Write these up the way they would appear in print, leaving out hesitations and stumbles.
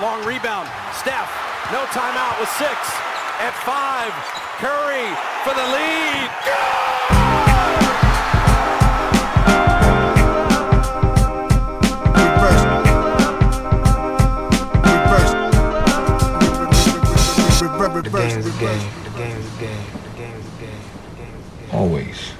Long rebound. Steph, no timeout with 6. At 5, Curry for the lead. The game is game. The game is game. The game is game. The game is game. Always.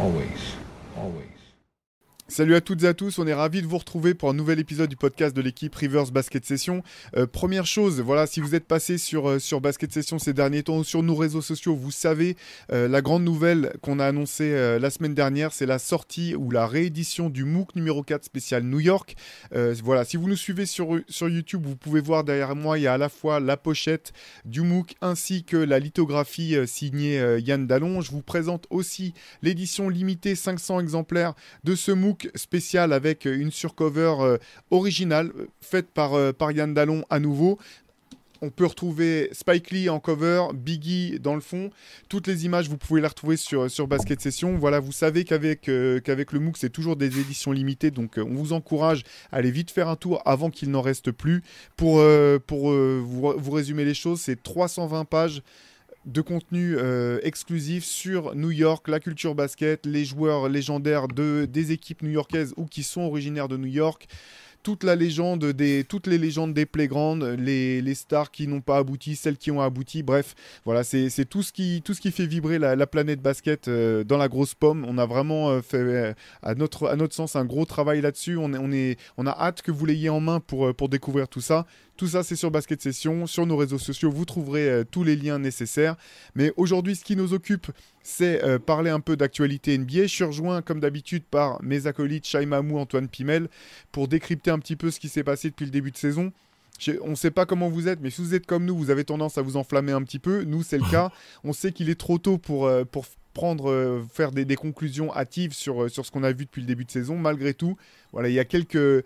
Salut à toutes et à tous, on est ravis de vous retrouver pour un nouvel épisode du podcast de l'équipe Rivers Basket Session. Première chose, voilà, si vous êtes passé sur Basket Session ces derniers temps ou sur nos réseaux sociaux, vous savez, la grande nouvelle qu'on a annoncée la semaine dernière, c'est la sortie ou la réédition du MOOC numéro 4 spécial New York. Voilà, si vous nous suivez sur YouTube, vous pouvez voir derrière moi, il y a à la fois la pochette du MOOC ainsi que la lithographie signée Yann Dallon. Je vous présente aussi l'édition limitée 500 exemplaires de ce MOOC spécial avec une surcover originale faite par Yann Dallon à nouveau. On peut retrouver Spike Lee en cover, Biggie dans le fond. Toutes les images, vous pouvez les retrouver sur Basket Session. Voilà, vous savez qu'avec le MOOC, c'est toujours des éditions limitées. Donc, on vous encourage à aller vite faire un tour avant qu'il n'en reste plus. Pour vous résumer les choses, c'est 320 pages de contenu exclusif sur New York, la culture basket, les joueurs légendaires des équipes new-yorkaises ou qui sont originaires de New York, toutes les légendes des playgrounds, les stars qui n'ont pas abouti, celles qui ont abouti, bref, voilà, c'est tout ce qui fait vibrer la planète basket dans la grosse pomme. On a vraiment fait, à notre sens, un gros travail là-dessus. On a hâte que vous l'ayez en main pour découvrir tout ça. Tout ça, c'est sur Basket Session. Sur nos réseaux sociaux, vous trouverez tous les liens nécessaires. Mais aujourd'hui, ce qui nous occupe, c'est parler un peu d'actualité NBA. Je suis rejoint, comme d'habitude, par mes acolytes Shai Mamou, Antoine Pimel, pour décrypter un petit peu ce qui s'est passé depuis le début de saison. On ne sait pas comment vous êtes, mais si vous êtes comme nous, vous avez tendance à vous enflammer un petit peu. Nous, c'est le cas. On sait qu'il est trop tôt pour faire des conclusions hâtives sur ce qu'on a vu depuis le début de saison. Malgré tout, voilà, il y a quelques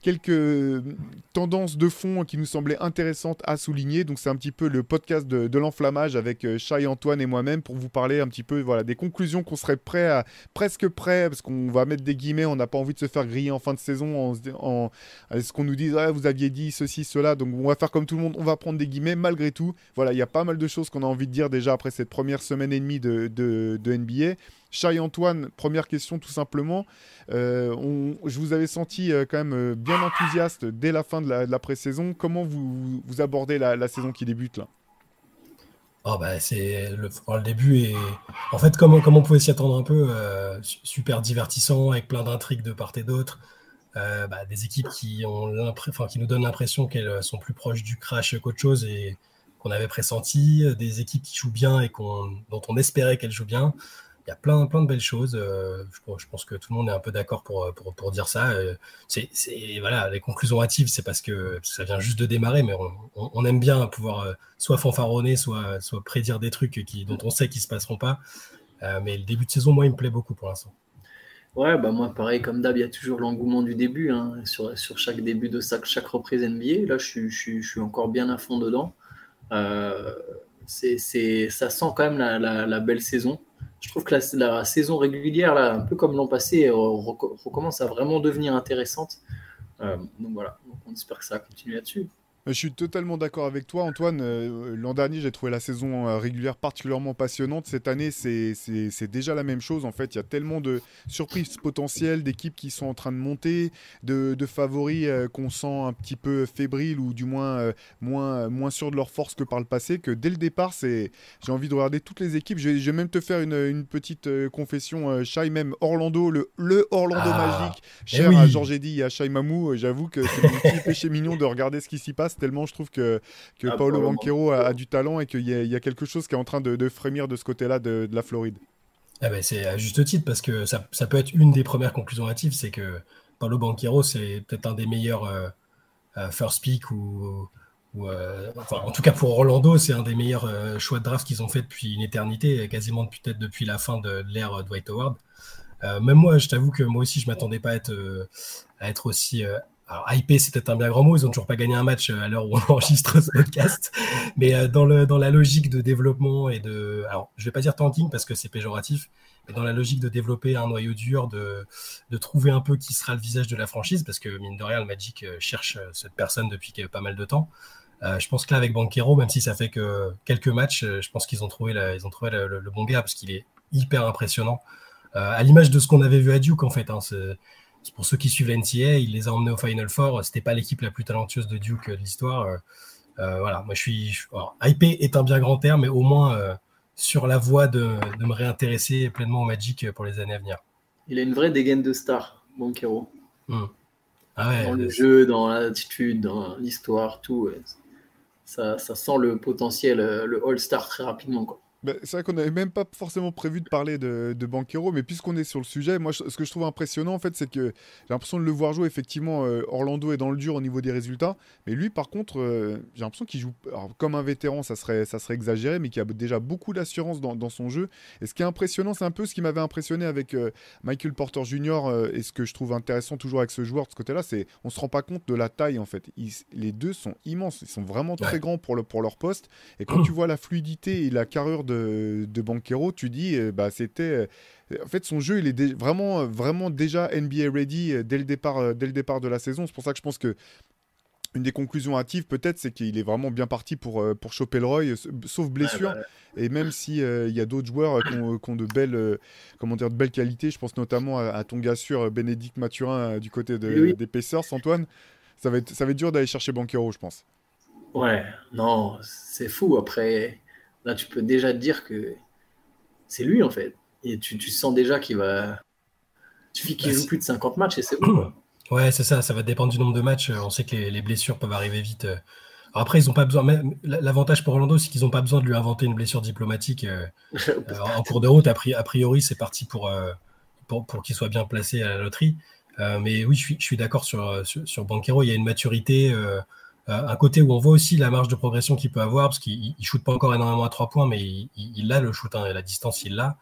tendances de fond qui nous semblaient intéressantes à souligner. Donc c'est un petit peu le podcast de l'enflammage avec Shai, Antoine et moi-même pour vous parler un petit peu, voilà, des conclusions qu'on serait presque prêt, parce qu'on va mettre des guillemets, on n'a pas envie de se faire griller en fin de saison en ce qu'on nous dise vous aviez dit ceci, cela, donc on va faire comme tout le monde, on va prendre des guillemets. Malgré tout, voilà, il y a pas mal de choses qu'on a envie de dire déjà après cette première semaine et demie de NBA. Shai, Antoine, première question tout simplement. Je vous avais senti quand même bien enthousiaste dès la fin de la pré-saison. Comment vous abordez la saison qui débute là ? C'est le début est en fait comme on pouvait s'y attendre un peu, super divertissant avec plein d'intrigues de part et d'autre. Des équipes qui nous donnent l'impression qu'elles sont plus proches du crash qu'autre chose et qu'on avait pressenti, des équipes qui jouent bien et dont on espérait qu'elles jouent bien. Il y a plein de belles choses. Je pense que tout le monde est un peu d'accord pour dire ça. Voilà, les conclusions hâtives, c'est parce que ça vient juste de démarrer, mais on aime bien pouvoir soit fanfaronner, soit prédire des trucs dont on sait qu'ils ne se passeront pas. Mais le début de saison, moi, il me plaît beaucoup pour l'instant. Ouais, moi, pareil, comme d'hab, il y a toujours l'engouement du début sur chaque début de chaque reprise NBA. Là, je suis encore bien à fond dedans. Ça sent quand même la belle saison. Je trouve que la saison régulière, là, un peu comme l'an passé, recommence à vraiment devenir intéressante. Donc voilà, on espère que ça va continuer là-dessus. Je suis totalement d'accord avec toi, Antoine. L'an dernier, j'ai trouvé la saison régulière particulièrement passionnante. Cette année, c'est déjà la même chose. En fait, il y a tellement de surprises potentielles, d'équipes qui sont en train de monter, de favoris qu'on sent un petit peu fébriles ou du moins moins sûrs de leur force que par le passé, que dès le départ, j'ai envie de regarder toutes les équipes. Je vais même te faire une petite confession, Shai, même Orlando, le Orlando magique, cher à Georges Eddy et à Shai Mamou. J'avoue que c'est mon petit péché mignon de regarder ce qui s'y passe, tellement je trouve que Paolo Banchero a du talent et qu'il y a quelque chose qui est en train de frémir de ce côté-là de la Floride. C'est à juste titre, parce que ça peut être une des premières conclusions hâtives, c'est que Paolo Banchero, c'est peut-être un des meilleurs first pick en tout cas pour Orlando, c'est un des meilleurs choix de draft qu'ils ont fait depuis une éternité, quasiment peut-être depuis la fin de l'ère Dwight Howard. Même moi, je t'avoue que moi aussi, je ne m'attendais pas à être aussi... Alors, hypé, c'est peut-être un bien grand mot. Ils n'ont toujours pas gagné un match à l'heure où on enregistre ce podcast. Mais dans la logique de développement et de... Alors, je ne vais pas dire tanking parce que c'est péjoratif, dans la logique de développer un noyau dur, de trouver un peu qui sera le visage de la franchise, parce que mine de rien, le Magic cherche cette personne depuis pas mal de temps. Je pense que là, avec Banchero, même si ça fait que quelques matchs, je pense qu'ils ont trouvé le bon gars, parce qu'il est hyper impressionnant. À l'image de ce qu'on avait vu à Duke, en fait. Hein, c'est pour ceux qui suivent la NCAA, il les a emmenés au Final Four. C'était pas l'équipe la plus talentueuse de Duke de l'histoire. Voilà, moi, alors, hypé est un bien grand terme, mais au moins sur la voie de me réintéresser pleinement au Magic pour les années à venir. Il a une vraie dégaine de star, Banchero. Ah ouais, dans le jeu, dans l'attitude, dans l'histoire, tout. Ouais. Ça sent le potentiel, le All-Star très rapidement, quoi. Bah, c'est vrai qu'on n'avait même pas forcément prévu de parler de Banchero, mais puisqu'on est sur le sujet, moi ce que je trouve impressionnant en fait, c'est que j'ai l'impression de le voir jouer. Effectivement, Orlando est dans le dur au niveau des résultats, mais lui par contre, j'ai l'impression qu'il joue comme un vétéran, ça serait exagéré, mais qu'il a déjà beaucoup d'assurance dans son jeu. Et ce qui est impressionnant, c'est un peu ce qui m'avait impressionné avec Michael Porter Jr. Et ce que je trouve intéressant toujours avec ce joueur de ce côté-là, c'est on se rend pas compte de la taille en fait. Les deux sont immenses, ils sont vraiment très grands pour leur poste. Et quand tu vois la fluidité et la carrure de Banchero, tu dis c'était en fait son jeu il est vraiment déjà NBA ready dès le départ de la saison. C'est pour ça que je pense que une des conclusions hâtives peut-être c'est qu'il est vraiment bien parti pour choper le Roy, sauf blessure. Et même si il y a d'autres joueurs qui ont de belles qualités, je pense notamment à ton gars sûr Bénédicte Mathurin du côté des Pacers. Antoine, ça va être dur d'aller chercher Banchero, je pense. Ouais, non, c'est fou. Après, là, tu peux déjà te dire que c'est lui, en fait. Et tu sens déjà qu'il va... Il suffit qu'il joue plus de 50 matchs et c'est bon. Ouais, c'est ça. Ça va dépendre du nombre de matchs. On sait que les blessures peuvent arriver vite. Alors après, ils n'ont pas besoin... L'avantage pour Orlando, c'est qu'ils n'ont pas besoin de lui inventer une blessure diplomatique en cours de route. A priori, c'est parti pour qu'il soit bien placé à la loterie. Mais oui, je suis d'accord sur Banchero. Il y a une maturité... un côté où on voit aussi la marge de progression qu'il peut avoir, parce qu'il ne shoot pas encore énormément à 3 points, mais il a le shoot, hein, et la distance, il l'a.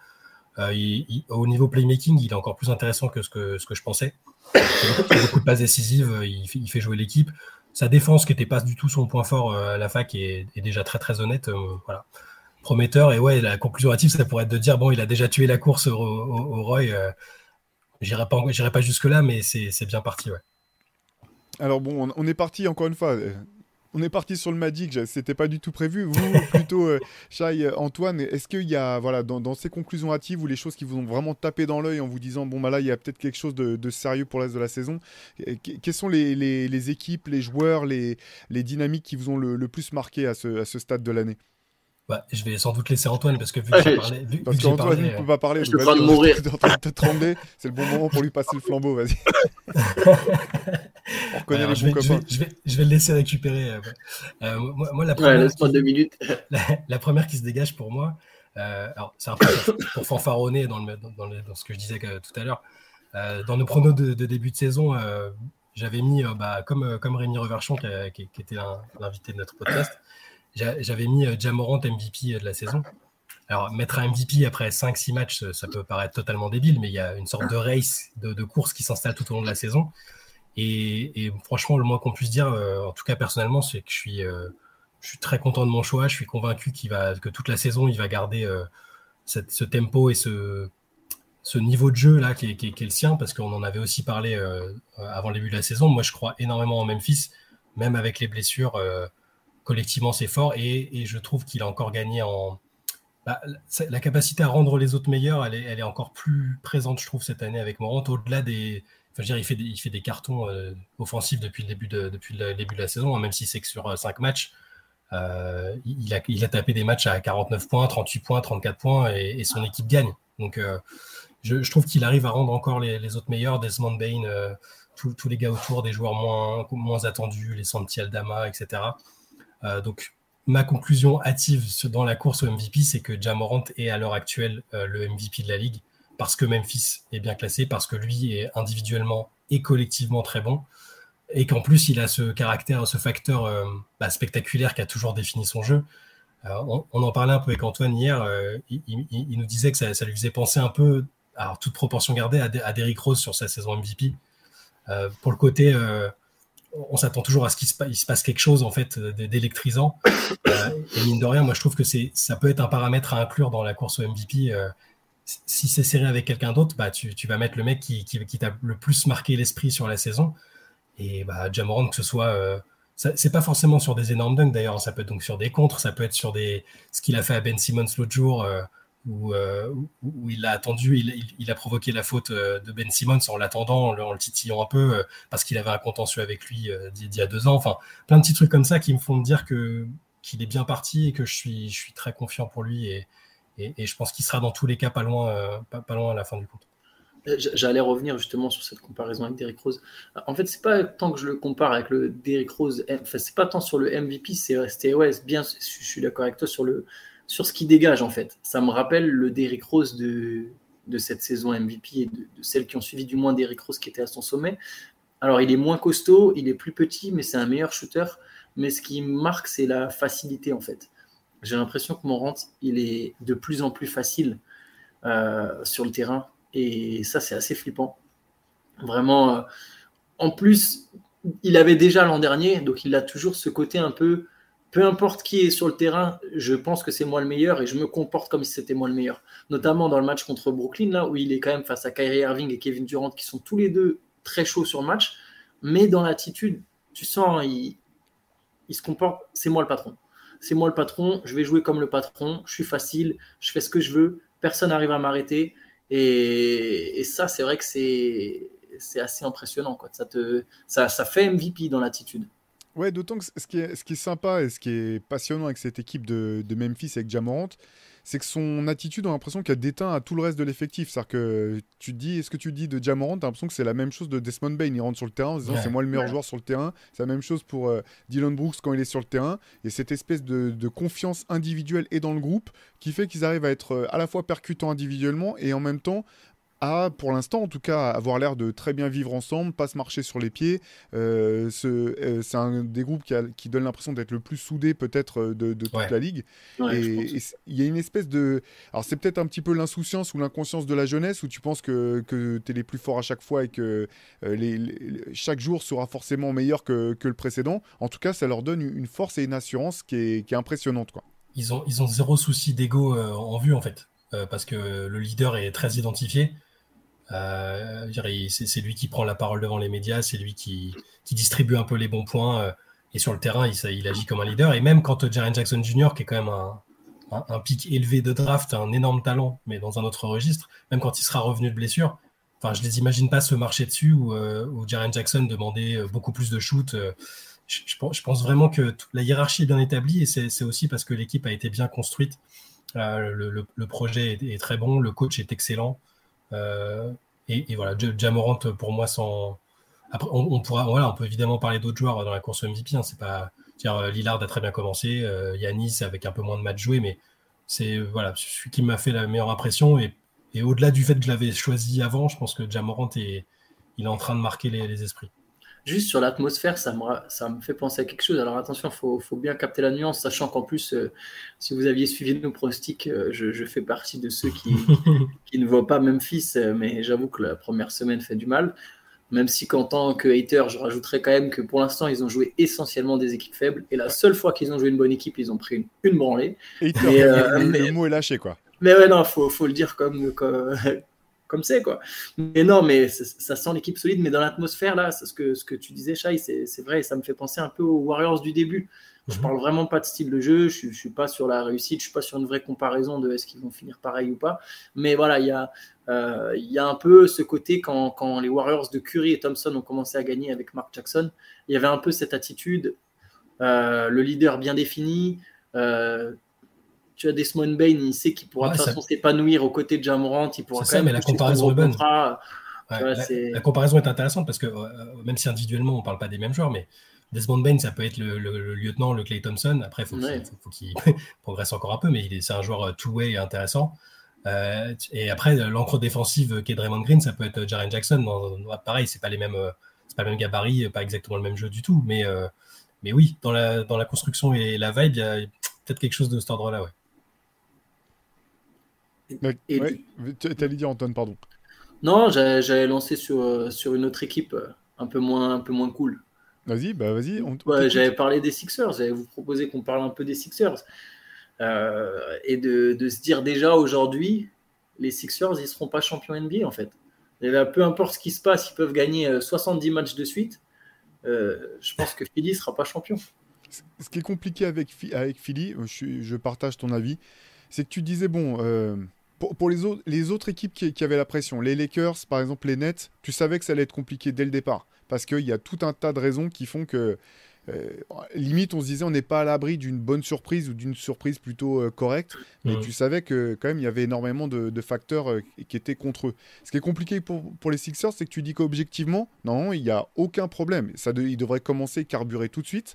Au niveau playmaking, il est encore plus intéressant que ce que je pensais. Il a beaucoup de passes décisives, il fait jouer l'équipe. Sa défense, qui n'était pas du tout son point fort à la fac, est déjà très très honnête. Voilà. Prometteur. Et ouais, la conclusion hâtive, ça pourrait être de dire, bon, il a déjà tué la course au Roy. J'irai pas jusque-là, mais c'est bien parti, ouais. Alors bon, on est parti encore une fois. On est parti sur le Magic, c'était pas du tout prévu. Vous, plutôt, Shai, Antoine, est-ce qu'il y a, voilà, dans ces conclusions hâtives ou les choses qui vous ont vraiment tapé dans l'œil en vous disant, bon, bah là, il y a peut-être quelque chose de sérieux pour le reste de la saison. Quelles sont les équipes, les joueurs, les dynamiques qui vous ont le plus marqué à ce stade de l'année? Bah, je vais sans doute laisser Antoine parce que vu que j'ai parlé. Parce qu'Antoine, il ne peut pas parler. Je suis en train de mourir. Tu es en train de te trembler. C'est le bon moment pour lui passer le flambeau, vas-y. On reconnaît les bons copains. Je vais le laisser récupérer. Moi, la première. Laisse-moi 2 minutes. La première qui se dégage pour moi, alors c'est un peu pour fanfaronner dans ce que je disais tout à l'heure. Dans nos pronos de début de saison, j'avais mis, comme Rémi Reverchon, qui était l'invité de notre podcast, j'avais mis Ja Morant MVP de la saison. Alors, mettre un MVP après 5-6 matchs, ça peut paraître totalement débile, mais il y a une sorte de race, de course qui s'installe tout au long de la saison. Et franchement, le moins qu'on puisse dire, en tout cas personnellement, c'est que je suis très content de mon choix. Je suis convaincu que toute la saison, il va garder ce tempo et ce niveau de jeu là qui est le sien, parce qu'on en avait aussi parlé avant le début de la saison. Moi, je crois énormément en Memphis, même avec les blessures. Collectivement, c'est fort, et je trouve qu'il a encore gagné la capacité à rendre les autres meilleurs, elle est encore plus présente, je trouve, cette année avec Morant, au-delà des... Enfin, je veux dire, il fait des cartons offensifs depuis le début de la saison, hein, même si c'est que sur 5 matchs, il a tapé des matchs à 49 points, 38 points, 34 points, et son équipe gagne. Donc, je trouve qu'il arrive à rendre encore les autres meilleurs, Desmond Bane, tous les gars autour, des joueurs moins attendus, les Santi Aldama, etc. Donc, ma conclusion hâtive dans la course au MVP, c'est que Ja Morant est à l'heure actuelle le MVP de la ligue, parce que Memphis est bien classé, parce que lui est individuellement et collectivement très bon, et qu'en plus il a ce caractère, ce facteur spectaculaire qui a toujours défini son jeu. On en parlait un peu avec Antoine hier, il nous disait que ça lui faisait penser un peu, alors toute proportion gardée, à Derrick Rose sur sa saison MVP. Pour le côté... on s'attend toujours à ce qu'il se passe quelque chose en fait d'électrisant, et mine de rien, moi je trouve que ça peut être un paramètre à inclure dans la course au MVP. si c'est serré avec quelqu'un d'autre, bah, tu vas mettre le mec qui t'a le plus marqué l'esprit sur la saison. Et bah, Ja Morant, que ce soit... c'est pas forcément sur des énormes dunks d'ailleurs, ça peut être donc sur des contres, ça peut être sur ce qu'il a fait à Ben Simmons l'autre jour, où il l'a attendu, il a provoqué la faute de Ben Simmons en l'attendant, en le titillant un peu, parce qu'il avait un contentieux avec lui d'il y a 2 ans. Enfin, plein de petits trucs comme ça qui me font me dire qu'il est bien parti et que je suis très confiant pour lui et je pense qu'il sera dans tous les cas pas loin à la fin du compte. J'allais revenir justement sur cette comparaison avec Derrick Rose. En fait, c'est pas tant que je le compare avec le Derrick Rose, enfin, c'est pas tant sur le MVP, c'est ouais, bien, je suis d'accord avec toi sur ce qu'il dégage en fait. Ça me rappelle le Derrick Rose de cette saison MVP et de celles qui ont suivi, du moins Derrick Rose qui était à son sommet. Alors, il est moins costaud, il est plus petit, mais c'est un meilleur shooter. Mais ce qui marque, c'est la facilité en fait. J'ai l'impression que Morant, il est de plus en plus facile sur le terrain. Et ça, c'est assez flippant. Vraiment, en plus, il avait déjà l'an dernier, donc il a toujours ce côté un peu, peu importe qui est sur le terrain, je pense que c'est moi le meilleur et je me comporte comme si c'était moi le meilleur. Notamment dans le match contre Brooklyn, là, où il est quand même face à Kyrie Irving et Kevin Durant, qui sont tous les deux très chauds sur le match. Mais dans l'attitude, tu sens, il se comporte, c'est moi le patron. C'est moi le patron, je vais jouer comme le patron, je suis facile, je fais ce que je veux, personne n'arrive à m'arrêter. Et ça, c'est vrai que c'est assez impressionnant, quoi. Ça fait MVP dans l'attitude. Ouais, d'autant que ce qui est sympa et ce qui est passionnant avec cette équipe de Memphis, avec Ja Morant, c'est que son attitude, on a l'impression qu'elle déteint à tout le reste de l'effectif. C'est-à-dire que ce que tu dis de Ja Morant, t'as l'impression que c'est la même chose de Desmond Bane. Il rentre sur le terrain en se disant c'est moi le meilleur joueur sur le terrain. C'est la même chose pour Dillon Brooks quand il est sur le terrain. Et cette espèce de confiance individuelle et dans le groupe qui fait qu'ils arrivent à être à la fois percutants individuellement et en même temps pour l'instant en tout cas, avoir l'air de très bien vivre ensemble, pas se marcher sur les pieds. C'est un des groupes qui donne l'impression d'être le plus soudé peut-être de toute la ligue. Ouais, et il y a une espèce de... Alors c'est peut-être un petit peu l'insouciance ou l'inconscience de la jeunesse où tu penses que tu es les plus forts à chaque fois et que chaque jour sera forcément meilleur que le précédent. En tout cas, ça leur donne une force et une assurance qui est impressionnante, quoi. Ils ont zéro souci d'ego en vue en fait, parce que le leader est très identifié. C'est lui qui prend la parole devant les médias, c'est lui qui distribue un peu les bons points et sur le terrain il agit comme un leader. Et même quand Jaren Jackson Jr., qui est quand même un pic élevé de draft, un énorme talent, mais dans un autre registre, même quand il sera revenu de blessure, enfin je les imagine pas se marcher dessus où Jaren Jackson demandait beaucoup plus de shoot. Je pense vraiment que la hiérarchie est bien établie et c'est aussi parce que l'équipe a été bien construite. Le projet est très bon, le coach est excellent. Et voilà, Ja Morant pour moi après, on peut évidemment parler d'autres joueurs dans la course au MVP, hein, c'est pas Lillard a très bien commencé, Giannis avec un peu moins de matchs joués, mais c'est celui qui m'a fait la meilleure impression et au-delà du fait que je l'avais choisi avant, je pense que Ja Morant il est en train de marquer les esprits. Juste sur l'atmosphère, ça me fait penser à quelque chose. Alors attention, faut bien capter la nuance, sachant qu'en plus, si vous aviez suivi nos pronostics, je fais partie de ceux qui ne voient pas Memphis, mais j'avoue que la première semaine fait du mal. Même si qu'en tant que hater, je rajouterais quand même que pour l'instant, ils ont joué essentiellement des équipes faibles. Et la seule fois qu'ils ont joué une bonne équipe, ils ont pris une branlée. Hater, le mot est lâché, quoi. Mais ouais, non, faut le dire comme c'est, quoi. Mais non, mais ça sent l'équipe solide, mais dans l'atmosphère, là, ce que tu disais, Shai, c'est vrai, ça me fait penser un peu aux Warriors du début. Je parle vraiment pas de style de jeu, je suis pas sur la réussite, je suis pas sur une vraie comparaison de est-ce qu'ils vont finir pareil ou pas. Mais voilà, il y a un peu ce côté quand les Warriors de Curry et Thompson ont commencé à gagner avec Mark Jackson, il y avait un peu cette attitude, le leader bien défini, tu as Desmond Bane, il sait qu'il pourra de toute façon s'épanouir aux côtés de Ja Morant, il pourra quand même la comparaison est bonne. La comparaison est intéressante parce que même si individuellement on ne parle pas des mêmes joueurs, mais Desmond Bane, ça peut être le lieutenant, le Klay Thompson. Après, il faut qu'il progresse encore un peu, mais c'est un joueur two-way intéressant. Et après, l'encre défensive qu'est Draymond Green, ça peut être Jaren Jackson. Pareil, c'est pas le même gabarit, pas exactement le même jeu du tout. Mais oui, dans la construction et la vibe, il y a peut-être quelque chose de cet ordre-là, ouais. Tu allais dire, Antoine, pardon. Non, j'allais lancer sur une autre équipe un peu moins cool. Vas-y. J'avais parlé des Sixers. J'allais vous proposer qu'on parle un peu des Sixers. Et de se dire déjà aujourd'hui, les Sixers, ils seront pas champions NBA en fait. Et là, peu importe ce qui se passe, ils peuvent gagner 70 matchs de suite. Je pense que Philly sera pas champion. Ce qui est compliqué avec Philly, je partage ton avis, c'est que tu disais, bon, pour les autres équipes qui avaient la pression, les Lakers, par exemple, les Nets, tu savais que ça allait être compliqué dès le départ. Parce qu'il y a tout un tas de raisons qui font que, limite, on se disait, on n'est pas à l'abri d'une bonne surprise ou d'une surprise plutôt correcte. Mais tu savais que, quand même, il y avait énormément de facteurs qui étaient contre eux. Ce qui est compliqué pour les Sixers, c'est que tu dis qu'objectivement, non, il n'y a aucun problème. Ils devraient commencer à carburer tout de suite.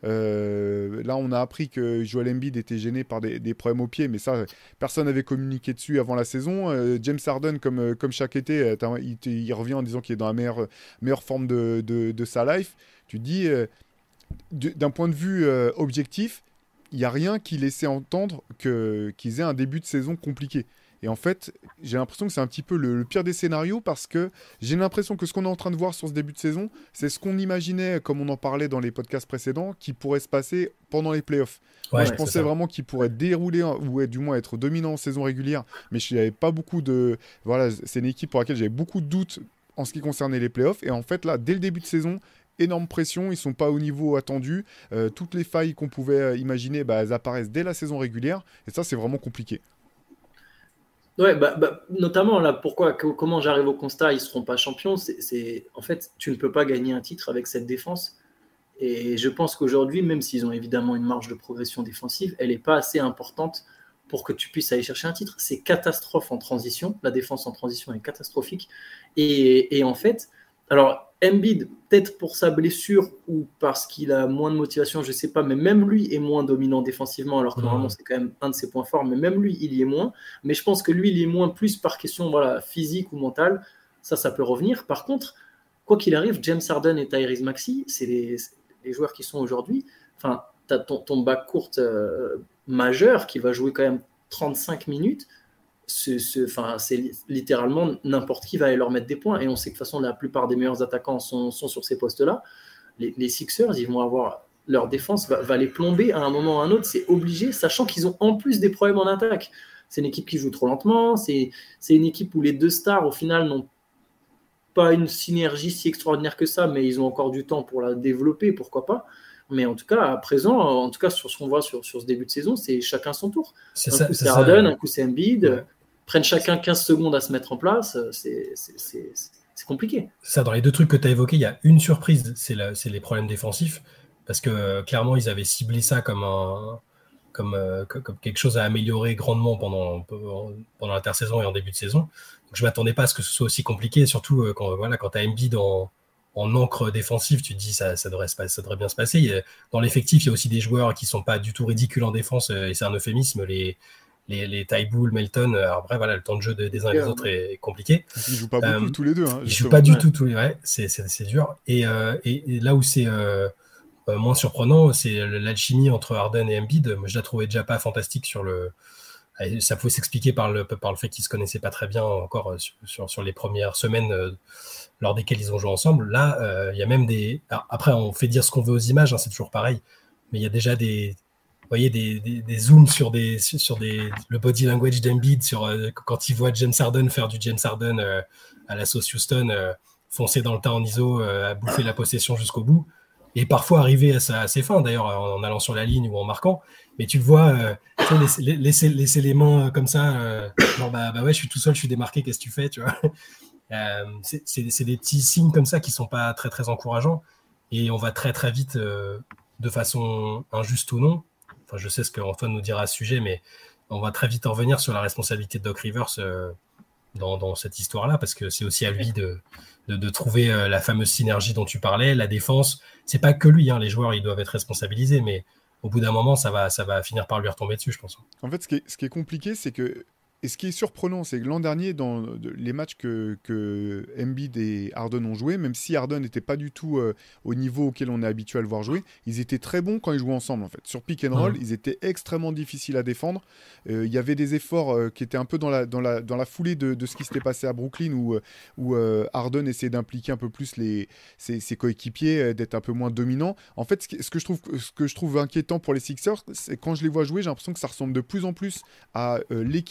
Là, on a appris que Joel Embiid était gêné par des problèmes au pied, mais ça, personne n'avait communiqué dessus avant la saison. James Harden, comme chaque été, il revient en disant qu'il est dans la meilleure forme de sa life. Tu dis, d'un point de vue objectif, il n'y a rien qui laissait entendre qu'ils aient un début de saison compliqué. Et en fait, j'ai l'impression que c'est un petit peu le pire des scénarios parce que j'ai l'impression que ce qu'on est en train de voir sur ce début de saison, c'est ce qu'on imaginait, comme on en parlait dans les podcasts précédents, qui pourrait se passer pendant les playoffs. Moi, je pensais vraiment qu'il pourrait dérouler ou du moins être dominant en saison régulière, mais je n'avais pas beaucoup de... Voilà, c'est une équipe pour laquelle j'avais beaucoup de doutes en ce qui concernait les playoffs. Et en fait, là, dès le début de saison, énorme pression, ils sont pas au niveau attendu. Toutes les failles qu'on pouvait imaginer, elles apparaissent dès la saison régulière. Et ça, c'est vraiment compliqué. Ouais, notamment là, comment j'arrive au constat, ils seront pas champions. En fait, tu ne peux pas gagner un titre avec cette défense. Et je pense qu'aujourd'hui, même s'ils ont évidemment une marge de progression défensive, elle n'est pas assez importante pour que tu puisses aller chercher un titre. C'est catastrophe en transition. La défense en transition est catastrophique. Et en fait, alors Embiid, peut-être pour sa blessure ou parce qu'il a moins de motivation, je ne sais pas, mais même lui est moins dominant défensivement, alors que normalement c'est quand même un de ses points forts, mais même lui, il y est moins. Mais je pense que lui, il y est moins plus par question physique ou mentale. Ça peut revenir. Par contre, quoi qu'il arrive, James Harden et Tyrese Maxey, c'est les joueurs qui sont aujourd'hui. Enfin, tu as ton backcourt majeur qui va jouer quand même 35 minutes. C'est littéralement n'importe qui va aller leur mettre des points. Et on sait que de toute façon, la plupart des meilleurs attaquants sont sur ces postes-là. Les Sixers, ils vont avoir... Leur défense va les plomber à un moment ou à un autre. C'est obligé, sachant qu'ils ont en plus des problèmes en attaque. C'est une équipe qui joue trop lentement. C'est une équipe où les deux stars, au final, n'ont pas une synergie si extraordinaire que ça, mais ils ont encore du temps pour la développer, pourquoi pas. Mais en tout cas, à présent, sur ce qu'on voit sur ce début de saison, c'est chacun son tour. C'est Harden, un coup c'est Embiid. Ouais. Prennent chacun 15 secondes à se mettre en place. C'est compliqué. Ça, dans les deux trucs que tu as évoqués, il y a une surprise, c'est les problèmes défensifs. Parce que clairement, ils avaient ciblé ça comme quelque chose à améliorer grandement pendant l'intersaison et en début de saison. Donc, je ne m'attendais pas à ce que ce soit aussi compliqué, surtout quand tu as Embiid en encre défensive, tu te dis ça devrait bien se passer. Dans l'effectif, il y a aussi des joueurs qui ne sont pas du tout ridicules en défense, et c'est un euphémisme, les Thybulle, Melton. Alors après, le temps de jeu des uns et des autres est compliqué. Ils ne jouent pas beaucoup tous les deux. Ils ne jouent pas du tout tous les deux, c'est dur. Et là où c'est moins surprenant, c'est l'alchimie entre Harden et Embiid. Moi, je la trouvais déjà pas fantastique ça pouvait s'expliquer par le fait qu'ils se connaissaient pas très bien encore sur les premières semaines lors desquelles ils ont joué ensemble. Là, il y a même des... Alors, après, on fait dire ce qu'on veut aux images, c'est toujours pareil, mais il y a déjà des zooms sur le body language d'Embiid quand il voit James Harden faire du James Harden à la sauce Houston, foncer dans le tas en ISO, à bouffer la possession jusqu'au bout, et parfois arriver à ses fins, d'ailleurs, en allant sur la ligne ou en marquant. Mais tu le vois, laisser les mains comme ça, ouais, je suis tout seul, je suis démarqué, qu'est-ce que tu fais, tu vois. C'est des petits signes comme ça qui sont pas très très encourageants, et on va très très vite, de façon injuste ou non. Enfin, je sais ce qu'Antoine nous dira à ce sujet, mais on va très vite en revenir sur la responsabilité de Doc Rivers dans cette histoire-là, parce que c'est aussi à lui de trouver la fameuse synergie dont tu parlais, la défense. C'est pas que lui, les joueurs ils doivent être responsabilisés, mais au bout d'un moment, ça va finir par lui retomber dessus, je pense. En fait, ce qui est compliqué, c'est que... Et ce qui est surprenant, c'est que l'an dernier, dans les matchs que Embiid et Harden ont joué, même si Harden n'était pas du tout au niveau auquel on est habitué à le voir jouer, ils étaient très bons quand ils jouaient ensemble, en fait. Sur pick and roll, ils étaient extrêmement difficiles à défendre. Il y avait des efforts qui étaient un peu dans la foulée de ce qui s'était passé à Brooklyn, où Harden essayait d'impliquer un peu plus ses coéquipiers, d'être un peu moins dominant. En fait, ce que je trouve inquiétant pour les Sixers, c'est quand je les vois jouer, j'ai l'impression que ça ressemble de plus en plus à l'équipe de James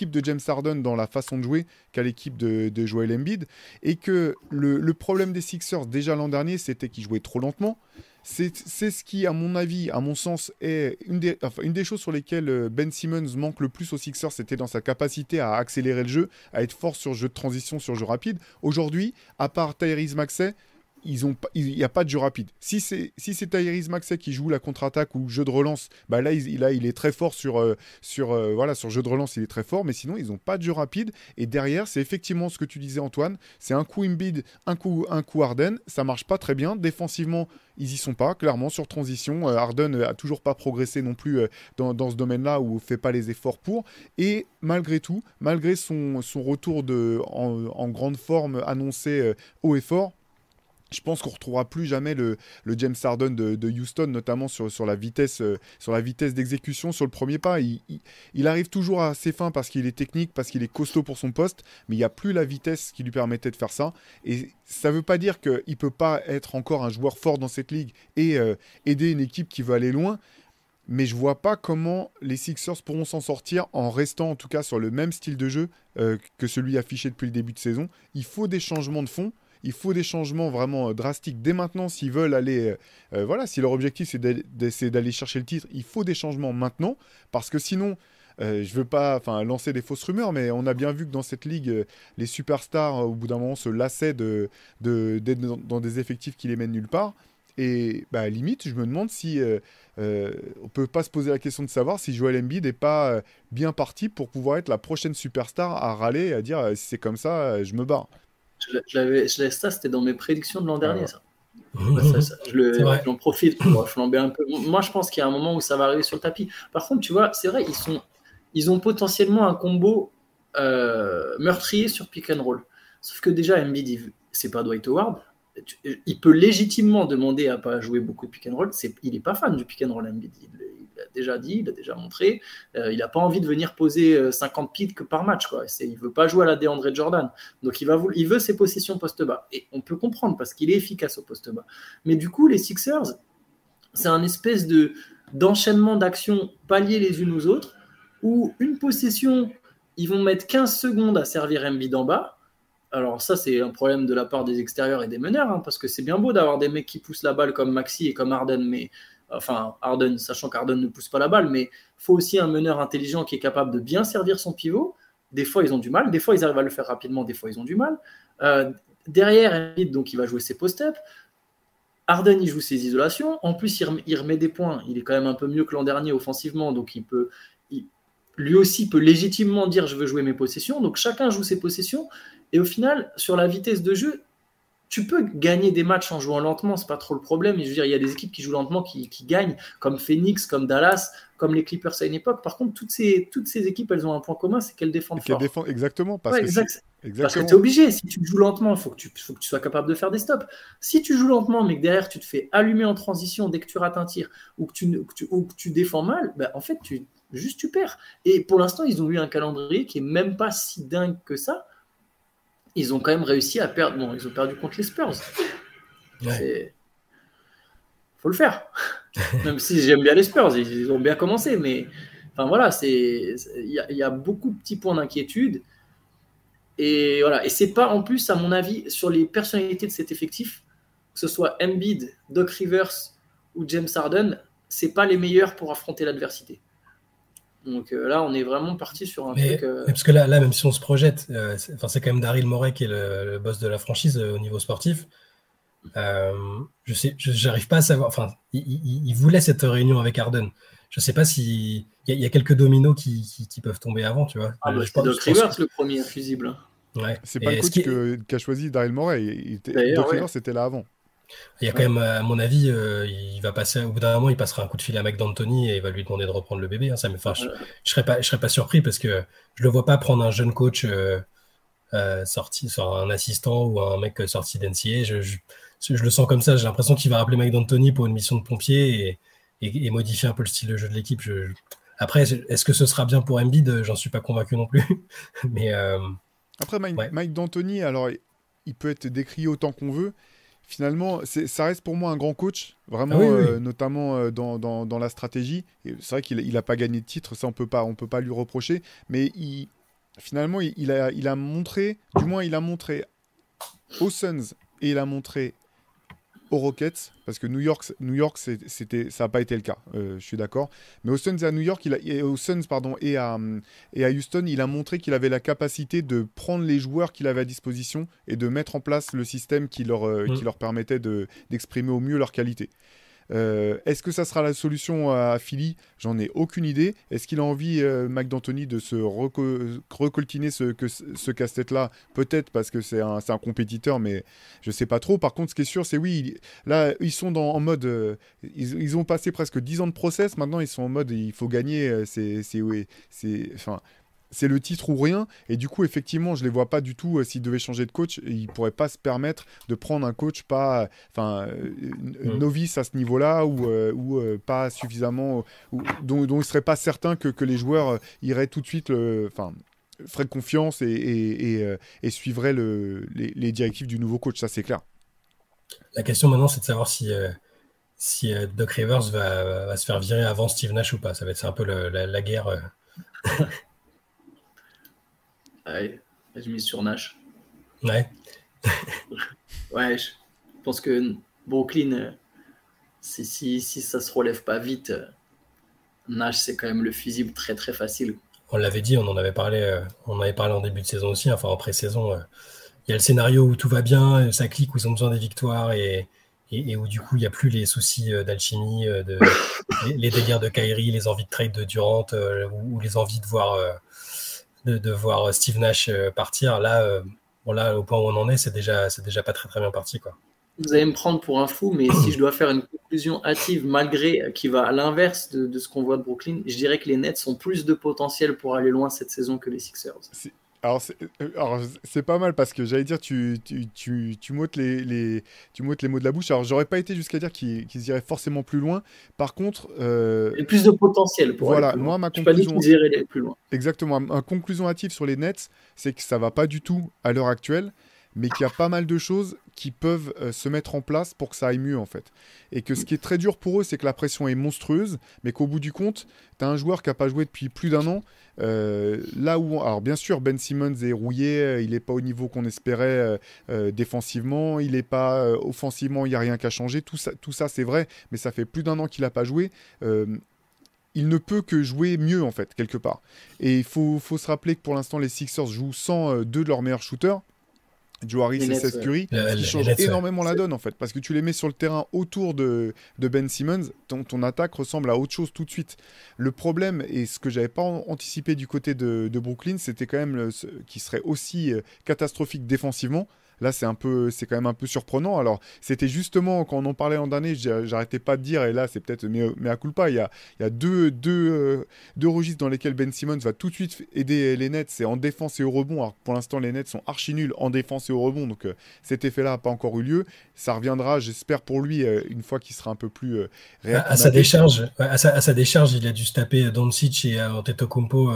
Harden dans la façon de jouer qu'a l'équipe de Joel Embiid. Et que le problème des Sixers, déjà l'an dernier, c'était qu'ils jouaient trop lentement. C'est ce qui, à mon avis, à mon sens, est une des choses sur lesquelles Ben Simmons manque le plus aux Sixers, c'était dans sa capacité à accélérer le jeu, à être fort sur jeu de transition, sur jeu rapide. Aujourd'hui, à part Tyrese Maxey, il n'y a pas de jeu rapide. Si c'est Tyrese Maxey qui joue la contre-attaque ou jeu de relance, bah là, il est très fort sur jeu de relance, il est très fort, mais sinon, ils n'ont pas de jeu rapide. Et derrière, c'est effectivement ce que tu disais, Antoine, c'est un coup Embiid, un coup Harden, ça marche pas très bien. Défensivement, ils y sont pas, clairement, sur transition. Harden a toujours pas progressé non plus dans ce domaine-là où il fait pas les efforts pour. Et malgré tout, malgré son retour en grande forme annoncé haut et fort, je pense qu'on ne retrouvera plus jamais le James Harden de Houston, notamment sur la vitesse d'exécution, sur le premier pas. Il arrive toujours à ses fins parce qu'il est technique, parce qu'il est costaud pour son poste, mais il n'y a plus la vitesse qui lui permettait de faire ça. Et ça ne veut pas dire qu'il ne peut pas être encore un joueur fort dans cette ligue et aider une équipe qui veut aller loin. Mais je ne vois pas comment les Sixers pourront s'en sortir en restant en tout cas sur le même style de jeu que celui affiché depuis le début de saison. Il faut des changements de fond. Il faut des changements vraiment drastiques dès maintenant s'ils veulent aller... si leur objectif c'est d'aller chercher le titre, il faut des changements maintenant. Parce que sinon, je ne veux pas lancer des fausses rumeurs, mais on a bien vu que dans cette ligue, les superstars, au bout d'un moment, se lassaient d'être dans des effectifs qui les mènent nulle part. Et limite, je me demande si on ne peut pas se poser la question de savoir si Joel Embiid n'est pas bien parti pour pouvoir être la prochaine superstar à râler et à dire si c'est comme ça, je me barre. Ça, c'était dans mes prédictions de l'an dernier, ça. J'en profite pour flamber un peu. Moi, je pense qu'il y a un moment où ça va arriver sur le tapis. Par contre, tu vois, c'est vrai, ils ont potentiellement un combo meurtrier sur pick and roll. Sauf que déjà, Embiid, c'est pas Dwight Howard. Il peut légitimement demander à pas jouer beaucoup de pick and roll. Il n'est pas fan du pick and roll, Embiid. Il a déjà dit, il a déjà montré. Il n'a pas envie de venir poser 50 picks par match, quoi. Il ne veut pas jouer à la DeAndre Jordan. Donc il veut ses possessions poste bas. Et on peut comprendre parce qu'il est efficace au poste bas. Mais du coup, les Sixers, c'est un espèce d'enchaînement d'actions palliées les unes aux autres où une possession, ils vont mettre 15 secondes à servir Embiid en bas. Alors ça, c'est un problème de la part des extérieurs et des meneurs, parce que c'est bien beau d'avoir des mecs qui poussent la balle comme Maxey et comme Harden, Harden, sachant qu'Harden ne pousse pas la balle, mais il faut aussi un meneur intelligent qui est capable de bien servir son pivot. Des fois, ils ont du mal, des fois, ils arrivent à le faire rapidement, des fois, ils ont du mal. Derrière, Embiid, donc, il va jouer ses post-up. Harden, il joue ses isolations. En plus, il remet des points. Il est quand même un peu mieux que l'an dernier offensivement, donc lui aussi peut légitimement dire je veux jouer mes possessions. Donc chacun joue ses possessions. Et au final, sur la vitesse de jeu, tu peux gagner des matchs en jouant lentement, c'est pas trop le problème. Et je veux dire, il y a des équipes qui jouent lentement qui gagnent, comme Phoenix, comme Dallas, comme les Clippers à une époque. Par contre, toutes ces équipes, elles ont un point commun, c'est qu'elles défendent fort. Exactement. Parce que tu es obligé. Si tu joues lentement, il faut que tu sois capable de faire des stops. Si tu joues lentement, mais que derrière, tu te fais allumer en transition dès que tu rates un tir ou que tu défends mal, en fait, tu perds. Et pour l'instant, ils ont eu un calendrier qui est même pas si dingue que ça. Ils ont quand même réussi à perdre. Bon, ils ont perdu contre les Spurs. Ouais. Faut le faire. Même si j'aime bien les Spurs, ils ont bien commencé. Mais voilà, il y a beaucoup de petits points d'inquiétude. Et voilà. Et c'est pas en plus, à mon avis, sur les personnalités de cet effectif, que ce soit Embiid, Doc Rivers ou James Harden, c'est pas les meilleurs pour affronter l'adversité. Donc là, on est vraiment parti sur un truc... Mais parce que là, même si on se projette, c'est quand même Daryl Morey qui est le boss de la franchise au niveau sportif. J'arrive pas à savoir... il voulait cette réunion avec Harden. Je sais pas si... Il y a quelques dominos qui peuvent tomber avant, tu vois. C'est Doc Rivers le premier fusible. Ouais. C'est pas le coach qui a choisi Daryl Morey. Doc Rivers, c'était là avant. Il y a quand même, à mon avis, il va passer, au bout d'un moment, il passera un coup de fil à Mike D'Antoni et il va lui demander de reprendre le bébé. Je serais pas surpris parce que je le vois pas prendre un jeune coach sorti, soit un assistant ou un mec sorti d'NCA. Je le sens comme ça. J'ai l'impression qu'il va rappeler Mike D'Antoni pour une mission de pompier et modifier un peu le style de jeu de l'équipe. Après, est-ce que ce sera bien pour Embiid ? J'en suis pas convaincu non plus. Mais après, Mike D'Antoni, alors il peut être décrié autant qu'on veut. Finalement, ça reste pour moi un grand coach, vraiment, oui. Notamment dans la stratégie. Et c'est vrai qu'il n'a pas gagné de titre, ça on peut pas lui reprocher, mais finalement, il a montré, du moins, il a montré aux Suns et il a montré aux Rockets, parce que New York ça n'a pas été le cas, je suis d'accord. Mais aux Suns et à New York, aux Suns pardon, et à Houston, il a montré qu'il avait la capacité de prendre les joueurs qu'il avait à disposition et de mettre en place le système qui leur permettait d'exprimer au mieux leur qualité. Est-ce que ça sera la solution à Philly? J'en ai aucune idée. Est-ce qu'il a envie, Mike D'Antoni, de se recoltiner ce casse-tête-là? Peut-être parce que c'est un compétiteur, mais je sais pas trop. Par contre, ce qui est sûr, c'est oui, là, ils sont en mode... ils ont passé presque 10 ans de process. Maintenant, ils sont en mode, il faut gagner. C'est le titre ou rien. Et du coup, effectivement, je ne les vois pas du tout. S'ils devaient changer de coach, ils ne pourraient pas se permettre de prendre un coach novice à ce niveau-là ou pas suffisamment... dont ils ne seraient pas certains que les joueurs iraient tout de suite... feraient confiance et suivraient les directives du nouveau coach. Ça, c'est clair. La question maintenant, c'est de savoir si Doc Rivers va se faire virer avant Steve Nash ou pas. C'est un peu la guerre... Ouais, je mise sur Nash. Ouais. Ouais, je pense que Brooklyn, si ça se relève pas vite, Nash, c'est quand même le fusible très très facile. On l'avait dit, on en avait parlé en début de saison aussi, enfin en pré-saison. Il y a le scénario où tout va bien, ça clique, où ils ont besoin des victoires et où du coup il n'y a plus les soucis d'alchimie, les délires de Kyrie, les envies de trade de Durant ou les envies de voir Steve Nash partir. Là, au point où on en est, c'est déjà pas très très bien parti, quoi. Vous allez me prendre pour un fou, mais si je dois faire une conclusion hâtive malgré qui va à l'inverse de ce qu'on voit de Brooklyn, je dirais que les Nets ont plus de potentiel pour aller loin cette saison que les Sixers. Alors c'est pas mal parce que j'allais dire tu m'ôtes les mots de la bouche. Alors j'aurais pas été jusqu'à dire qu'ils iraient forcément plus loin. Par contre, et plus de potentiel pour aller plus loin. Moi ma conclusion. Pas dit qu'ils iraient plus loin. Exactement. Ma conclusion hâtive sur les Nets, c'est que ça va pas du tout à l'heure actuelle, mais qu'il y a pas mal de choses qui peuvent se mettre en place pour que ça aille mieux en fait. Et que ce qui est très dur pour eux, c'est que la pression est monstrueuse, mais qu'au bout du compte, tu as un joueur qui n'a pas joué depuis plus d'1 an. Alors bien sûr, Ben Simmons est rouillé, il n'est pas au niveau qu'on espérait défensivement, il n'est pas offensivement, il n'y a rien qu'à changer. Tout ça c'est vrai, mais ça fait plus d'1 an qu'il n'a pas joué. Il ne peut que jouer mieux en fait, quelque part. Et il faut se rappeler que pour l'instant, les Sixers jouent sans deux de leurs meilleurs shooters. Joe Harris et Seth Curry, qui change énormément la donne en fait, parce que tu les mets sur le terrain autour de Ben Simmons, ton attaque ressemble à autre chose tout de suite. Le problème, et ce que j'avais pas anticipé du côté de Brooklyn, c'était quand même qui serait aussi catastrophique défensivement. Là, c'est quand même un peu surprenant. Alors, c'était justement, quand on en parlait l'an dernier, j'arrêtais pas de dire, et là, c'est peut-être mea culpa, il y a deux registres dans lesquels Ben Simmons va tout de suite aider les Nets, c'est en défense et au rebond. Alors, pour l'instant, les Nets sont archi nuls en défense et au rebond, donc cet effet-là n'a pas encore eu lieu. Ça reviendra, j'espère pour lui, une fois qu'il sera un peu plus réactif. À sa décharge, il a dû se taper Doncic et Antetokounmpo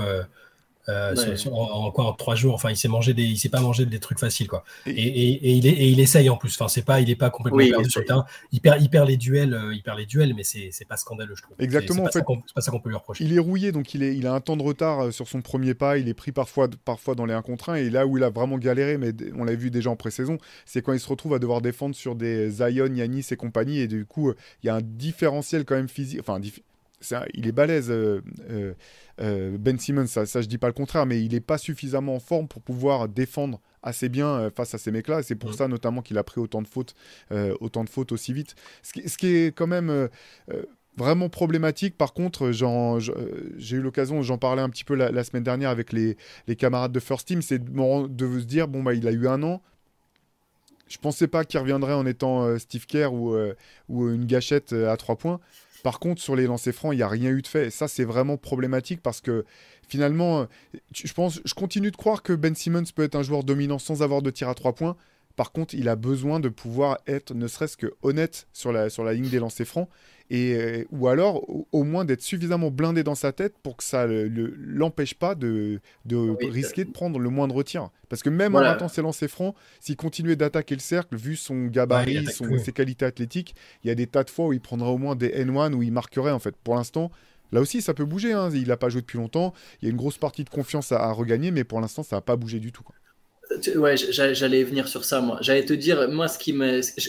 en 3 jours. Enfin, il s'est pas mangé des trucs faciles, quoi. Et il essaye en plus. Enfin, il est pas complètement perdu sur le terrain. Il perd les duels, mais c'est pas scandaleux, je trouve. Exactement. C'est pas ça qu'on peut lui reprocher. Il est rouillé, donc il a un temps de retard sur son premier pas. Il est pris parfois dans les 1 contre 1. Et là où il a vraiment galéré, mais on l'a vu déjà en pré-saison, c'est quand il se retrouve à devoir défendre sur des Zion, Giannis et compagnie. Et du coup, il y a un différentiel quand même physique. Enfin, il est balèze, Ben Simmons, ça je dis pas le contraire, mais il est pas suffisamment en forme pour pouvoir défendre assez bien face à ces mecs-là. C'est pour ça notamment qu'il a pris autant de fautes aussi vite. Ce qui est quand même vraiment problématique. Par contre, j'ai eu l'occasion, j'en parlais un petit peu la semaine dernière avec les camarades de First Team, c'est de se dire, il a eu 1 an. Je pensais pas qu'il reviendrait en étant Steve Kerr ou une gâchette à 3 points. Par contre, sur les lancers francs, il n'y a rien eu de fait. Et ça, c'est vraiment problématique parce que finalement, je continue de croire que Ben Simmons peut être un joueur dominant sans avoir de tir à 3 points. Par contre, il a besoin de pouvoir être ne serait-ce que honnête sur la ligne des lancers francs. Ou alors, au moins, d'être suffisamment blindé dans sa tête pour que ça l'empêche pas de risquer de prendre le moindre tir. Parce que même en ratant ses lancers francs, s'il continuait d'attaquer le cercle, vu son gabarit, ses qualités athlétiques, il y a des tas de fois où il prendra au moins des N1 où il marquerait, en fait. Pour l'instant, Là aussi, ça peut bouger. Hein. Il n'a pas joué depuis longtemps. Il y a une grosse partie de confiance à regagner, mais pour l'instant, ça n'a pas bougé du tout. Quoi. Ouais, j'allais venir sur ça, moi. J'allais te dire, moi, ce qui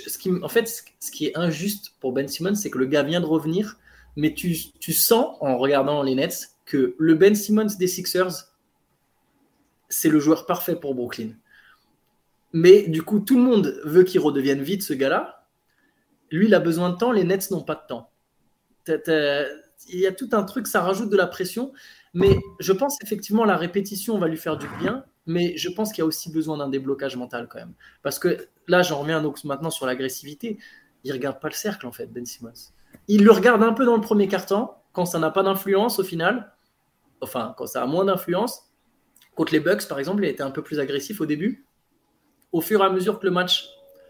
est injuste pour Ben Simmons, c'est que le gars vient de revenir, mais tu sens, en regardant les Nets, que le Ben Simmons des Sixers, c'est le joueur parfait pour Brooklyn. Mais du coup, tout le monde veut qu'il redevienne vite, ce gars-là. Lui, il a besoin de temps, les Nets n'ont pas de temps. Il y a tout un truc, ça rajoute de la pression. Mais je pense effectivement la répétition va lui faire du bien. Mais je pense qu'il y a aussi besoin d'un déblocage mental quand même. Parce que là, j'en reviens donc maintenant sur l'agressivité. Il ne regarde pas le cercle, en fait, Ben Simmons. Il le regarde un peu dans le premier quart-temps, quand ça n'a pas d'influence au final. Enfin, quand ça a moins d'influence. Contre les Bucks, par exemple, il a été un peu plus agressif au début. Au fur et à mesure que le match,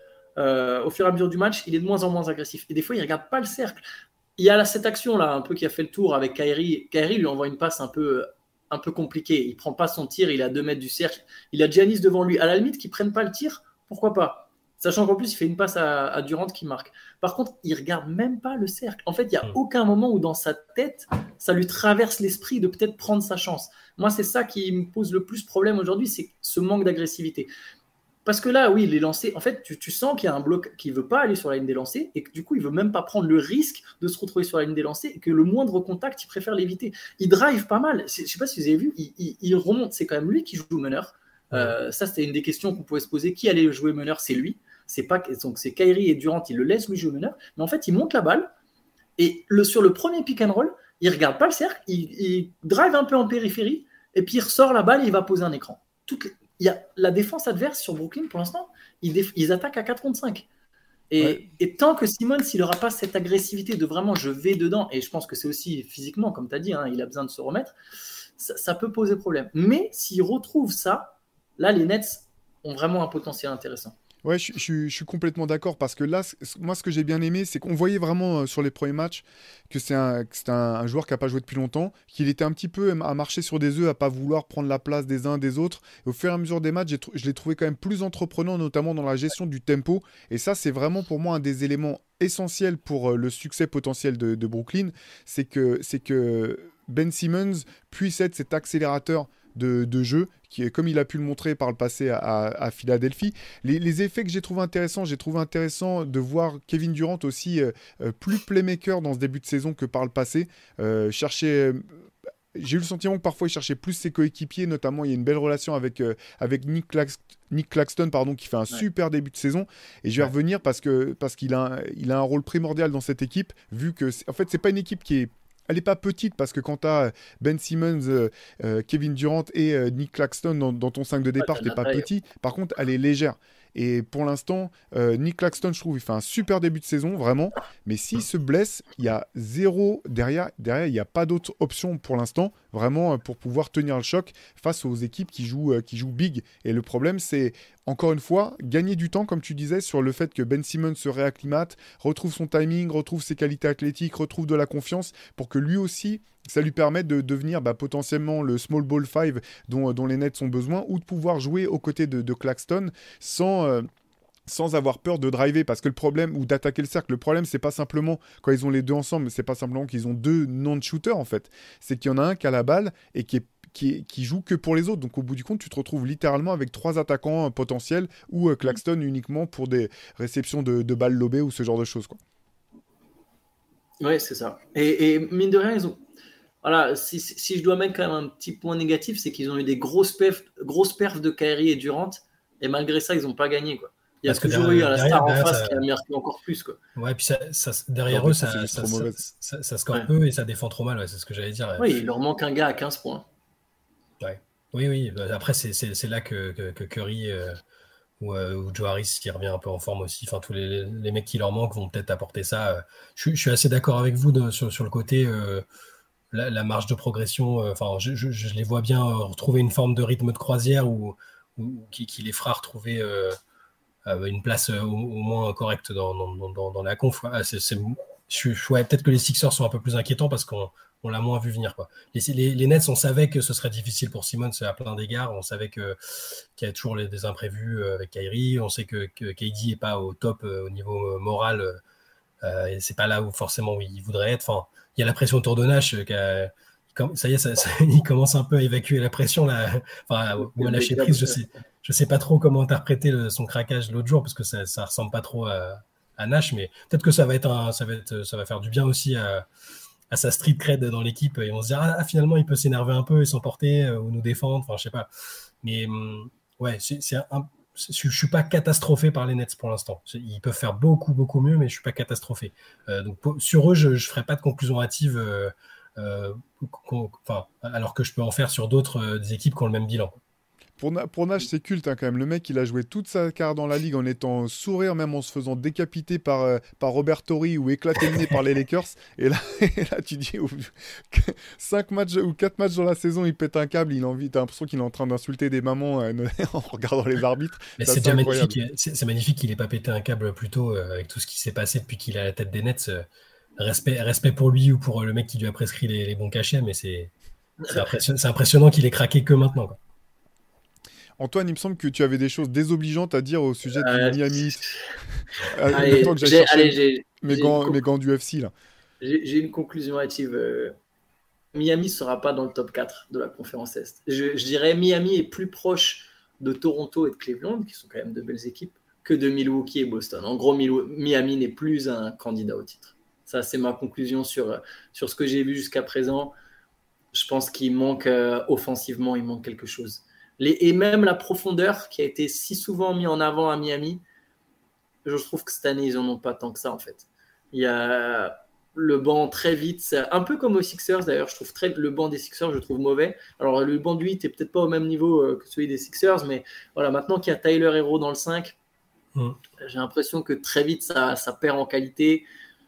au fur et à mesure du match, il est de moins en moins agressif. Et des fois, il ne regarde pas le cercle. Il y a cette action-là, un peu qui a fait le tour avec Kyrie. Kyrie lui envoie une passe un peu compliquée. Il ne prend pas son tir, il est à 2 mètres du cercle. Il a Giannis devant lui. À la limite, qu'il ne prenne pas le tir, pourquoi pas? Sachant qu'en plus, il fait une passe à Durant qui marque. Par contre, il ne regarde même pas le cercle. En fait, il n'y a aucun moment où dans sa tête, ça lui traverse l'esprit de peut-être prendre sa chance. Moi, c'est ça qui me pose le plus problème aujourd'hui, c'est ce manque d'agressivité. Parce que là, oui, les lancers, en fait, tu sens qu'il y a un bloc qui ne veut pas aller sur la ligne des lancers et que du coup, il ne veut même pas prendre le risque de se retrouver sur la ligne des lancers et que le moindre contact, il préfère l'éviter. Il drive pas mal. Je ne sais pas si vous avez vu, il remonte. C'est quand même lui qui joue meneur. Ça, c'était une des questions qu'on pouvait se poser. Qui allait jouer meneur? C'est lui. Donc, c'est Kyrie et Durant, il le laisse lui jouer meneur. Mais en fait, il monte la balle et sur le premier pick and roll, il ne regarde pas le cercle, il drive un peu en périphérie et puis il ressort la balle et il va poser un écran. Il y a la défense adverse sur Brooklyn, pour l'instant, ils attaquent à 4 contre 5. Et tant que Simmons, s'il n'aura pas cette agressivité de vraiment je vais dedans, et je pense que c'est aussi physiquement, comme tu as dit, hein, il a besoin de se remettre, ça peut poser problème. Mais s'il retrouve ça, là, les Nets ont vraiment un potentiel intéressant. Ouais, je suis complètement d'accord parce que là, moi, ce que j'ai bien aimé, c'est qu'on voyait vraiment sur les premiers matchs que c'est un joueur qui n'a pas joué depuis longtemps, qu'il était un petit peu à marcher sur des œufs, à pas vouloir prendre la place des uns des autres. Et au fur et à mesure des matchs, je l'ai trouvé quand même plus entreprenant, notamment dans la gestion du tempo. Et ça, c'est vraiment pour moi un des éléments essentiels pour le succès potentiel de Brooklyn. C'est que Ben Simmons puisse être cet accélérateur de jeu, comme il a pu le montrer par le passé à Philadelphie. Les effets que j'ai trouvé intéressant de voir Kevin Durant aussi plus playmaker dans ce début de saison que par le passé. J'ai eu le sentiment que parfois il cherchait plus ses coéquipiers, notamment il y a une belle relation avec Nick Claxton, qui fait un super début de saison. Et je vais revenir parce qu'il a un rôle primordial dans cette équipe, vu que en fait c'est pas une équipe elle n'est pas petite parce que quand tu as Ben Simmons, Kevin Durant et Nick Claxton dans ton 5 de départ, tu n'es pas petit. Par contre, elle est légère. Et pour l'instant, Nick Claxton, je trouve, il fait un super début de saison, vraiment. Mais s'il se blesse, il y a zéro derrière. Derrière, il n'y a pas d'autre option pour l'instant, vraiment, pour pouvoir tenir le choc face aux équipes qui jouent big. Et le problème, c'est, encore une fois, gagner du temps, comme tu disais, sur le fait que Ben Simmons se réacclimate, retrouve son timing, retrouve ses qualités athlétiques, retrouve de la confiance, pour que lui aussi, ça lui permet de devenir potentiellement le small ball 5 dont les Nets ont besoin, ou de pouvoir jouer aux côtés de Claxton sans avoir peur de driver, parce que le problème, ou d'attaquer le cercle, le problème, c'est pas simplement quand ils ont les deux ensemble, c'est pas simplement qu'ils ont deux non-shooters en fait, c'est qu'il y en a un qui a la balle et qui joue que pour les autres. Donc au bout du compte, tu te retrouves littéralement avec 3 attaquants potentiels ou Claxton uniquement pour des réceptions de balles lobées ou ce genre de choses, quoi. Ouais, c'est ça. Et mine de rien, ils ont... Voilà, si je dois mettre quand même un petit point négatif, c'est qu'ils ont eu des grosses perfs de Kyrie et Durant, et malgré ça, ils n'ont pas gagné, quoi. Il y a toujours eu la star en face qui a marqué encore plus, quoi. Ouais, puis derrière eux, ça score peu et ça défend trop mal, ouais, c'est ce que j'allais dire. Oui, il leur manque un gars à 15 points. Ouais. Oui. Après, c'est là que Curry ou Joe Harris qui revient un peu en forme aussi. Enfin, tous les mecs qui leur manquent vont peut-être apporter ça. Je suis assez d'accord avec vous sur le côté la marge de progression. Enfin, je les vois bien retrouver une forme de rythme de croisière qui les fera retrouver une place au moins correcte dans la conf. Peut-être que les Sixers sont un peu plus inquiétants parce qu'on l'a moins vu venir, quoi. Les Nets, on savait que ce serait difficile pour Simmons à plein d'égards. On savait qu'il y a toujours des imprévus avec Kyrie. On sait que KD n'est pas au top au niveau moral Et c'est pas là où forcément où il voudrait être. Enfin, il y a la pression autour de Nash. Ça y est, il commence un peu à évacuer la pression là. Enfin, ou à lâcher prise. Je sais pas trop comment interpréter son craquage l'autre jour parce que ça ressemble pas trop à Nash, mais peut-être que ça va faire du bien aussi à sa street cred dans l'équipe. Et on se dire finalement il peut s'énerver un peu et s'emporter ou nous défendre. Enfin, je sais pas. Mais ouais, je suis pas catastrophé par les Nets pour l'instant. Ils peuvent faire beaucoup beaucoup mieux, mais je suis pas catastrophé. Donc sur eux, je ferai pas de conclusion hâtive. Alors que je peux en faire sur d'autres des équipes qui ont le même bilan. Pour Nash, c'est culte quand même. Le mec, il a joué toute sa carrière dans la ligue en étant sourire, même en se faisant décapiter par Robert Torrey ou éclater le nez par les Lakers. Et là, tu dis 5 matchs ou 4 matchs dans la saison, il pète un câble. T'as l'impression qu'il est en train d'insulter des mamans en regardant les arbitres. Mais c'est déjà magnifique. C'est magnifique qu'il n'ait pas pété un câble plus tôt avec tout ce qui s'est passé depuis qu'il a la tête des Nets. Respect pour lui ou pour le mec qui lui a prescrit les bons cachets, mais c'est impressionnant qu'il ait craqué que maintenant, quoi. Antoine, il me semble que tu avais des choses désobligeantes à dire au sujet de Miami. Mes gants du UFC, là. J'ai une conclusion hâtive. Miami ne sera pas dans le top 4 de la conférence Est. Je dirais Miami est plus proche de Toronto et de Cleveland, qui sont quand même de belles équipes, que de Milwaukee et Boston. En gros, Miami n'est plus un candidat au titre. Ça, c'est ma conclusion sur ce que j'ai vu jusqu'à présent. Je pense qu'il manque offensivement, il manque quelque chose. Et même la profondeur qui a été si souvent mise en avant à Miami, je trouve que cette année, ils n'en ont pas tant que ça, en fait. Il y a le banc très vite, c'est un peu comme aux Sixers, d'ailleurs. Je trouve le banc des Sixers, je trouve mauvais. Alors, le banc du 8 n'est peut-être pas au même niveau que celui des Sixers, mais voilà, maintenant qu'il y a Tyler Herro dans le 5, j'ai l'impression que très vite, ça perd en qualité.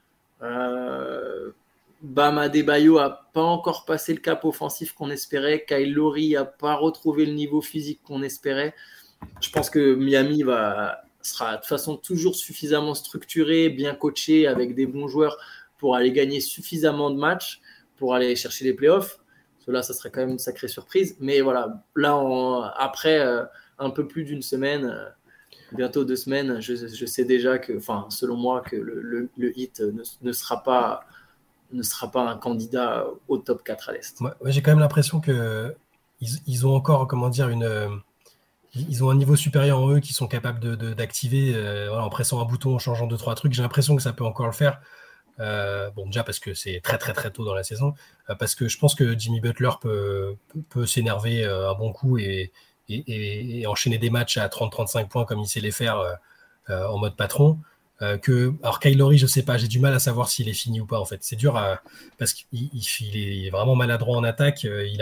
Bam Adebayo n'a pas encore passé le cap offensif qu'on espérait. Kyle Lowry n'a pas retrouvé le niveau physique qu'on espérait. Je pense que Miami sera de toute façon toujours suffisamment structuré, bien coaché, avec des bons joueurs pour aller gagner suffisamment de matchs, pour aller chercher les playoffs. Là, ça serait quand même une sacrée surprise. Mais voilà, là, après un peu plus d'une semaine, bientôt 2 semaines, je sais déjà que, selon moi, que le Heat ne sera pas un candidat au top 4 à l'Est. Ouais, j'ai quand même l'impression qu'ils ont encore, ils ont un niveau supérieur en eux qui sont capables d'activer en pressant un bouton, en changeant 2-3 trucs. J'ai l'impression que ça peut encore le faire. Déjà parce que c'est très très très tôt dans la saison, parce que je pense que Jimmy Butler peut s'énerver un bon coup et enchaîner des matchs à 30-35 points comme il sait les faire en mode patron. Alors Kyle Lowry, je sais pas, j'ai du mal à savoir s'il est fini ou pas en fait. C'est dur parce qu'il est vraiment maladroit en attaque. Il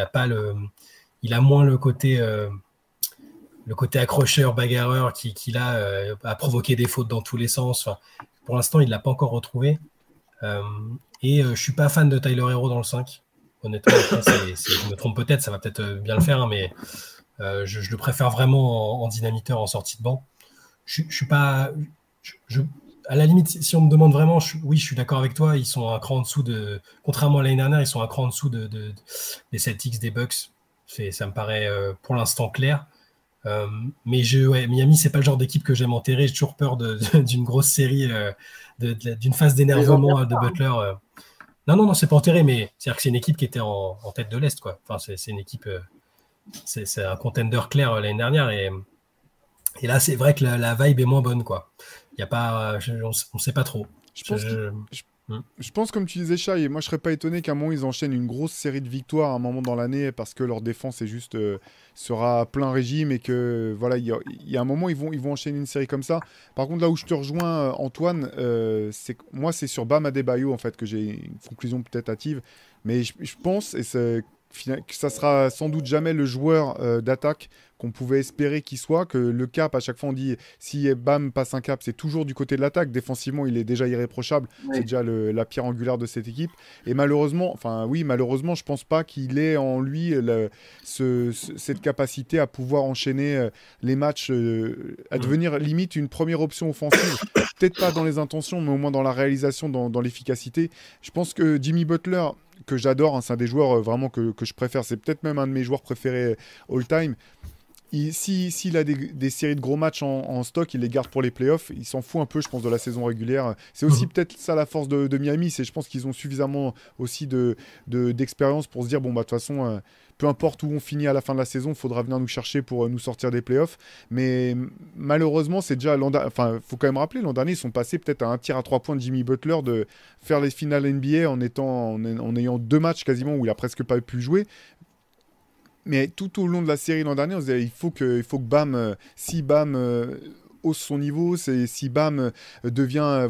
a moins le côté accrocheur, bagarreur qu'il a à provoquer des fautes dans tous les sens. Enfin, pour l'instant, il l'a pas encore retrouvé. Je suis pas fan de Tyler Herro dans le 5. Honnêtement, je me trompe peut-être, ça va peut-être bien le faire, mais je le préfère vraiment en dynamiteur, en sortie de banc. Je suis pas... à la limite, si on me demande vraiment, je suis d'accord avec toi. Ils sont un cran en dessous contrairement à l'année dernière, ils sont un cran en dessous des Celtics, des Bucks. Ça me paraît pour l'instant clair. Mais Miami, c'est pas le genre d'équipe que j'aime enterrer. J'ai toujours peur d'une grosse série, d'une phase d'énervement de Butler. Non, c'est pas enterré, mais c'est-à-dire que c'est une équipe qui était en tête de l'Est, quoi. Enfin, c'est une équipe, c'est un contender clair l'année dernière et là, c'est vrai que la vibe est moins bonne, quoi. Il y a pas, on sait pas trop. Je pense, comme tu disais, Shai, et moi je serais pas étonné qu'à un moment ils enchaînent une grosse série de victoires à un moment dans l'année parce que leur défense sera à plein régime et que voilà, il y a un moment ils vont enchaîner une série comme ça. Par contre, là où je te rejoins, Antoine, c'est sur Bam Adebayo en fait que j'ai une conclusion peut-être hâtive, mais je pense que ça sera sans doute jamais le joueur d'attaque qu'on pouvait espérer qu'il soit, que le cap, à chaque fois on dit, si Bam passe un cap, c'est toujours du côté de l'attaque. Défensivement, il est déjà irréprochable. Oui. C'est déjà la pierre angulaire de cette équipe. Et malheureusement, je pense pas qu'il ait en lui cette capacité à pouvoir enchaîner les matchs, à devenir limite une première option offensive. Peut-être pas dans les intentions, mais au moins dans la réalisation, dans l'efficacité. Je pense que Jimmy Butler, que j'adore, c'est un des joueurs vraiment que je préfère. C'est peut-être même un de mes joueurs préférés all-time. S'il a des séries de gros matchs en stock, il les garde pour les playoffs. Il s'en fout un peu, je pense, de la saison régulière. C'est aussi peut-être ça la force de Miami. Je pense qu'ils ont suffisamment aussi d'expérience pour se dire, bon, bah, de toute façon, peu importe où on finit à la fin de la saison, il faudra venir nous chercher pour nous sortir des playoffs. Mais malheureusement, c'est déjà enfin, faut quand même rappeler, l'an dernier, ils sont passés peut-être à un tir à 3 points de Jimmy Butler de faire les finales NBA en ayant 2 matchs quasiment où il a presque pas pu jouer. Mais tout au long de la série l'an dernier, on se disait, il faut que Bam, si Bam hausse son niveau, si Bam devient,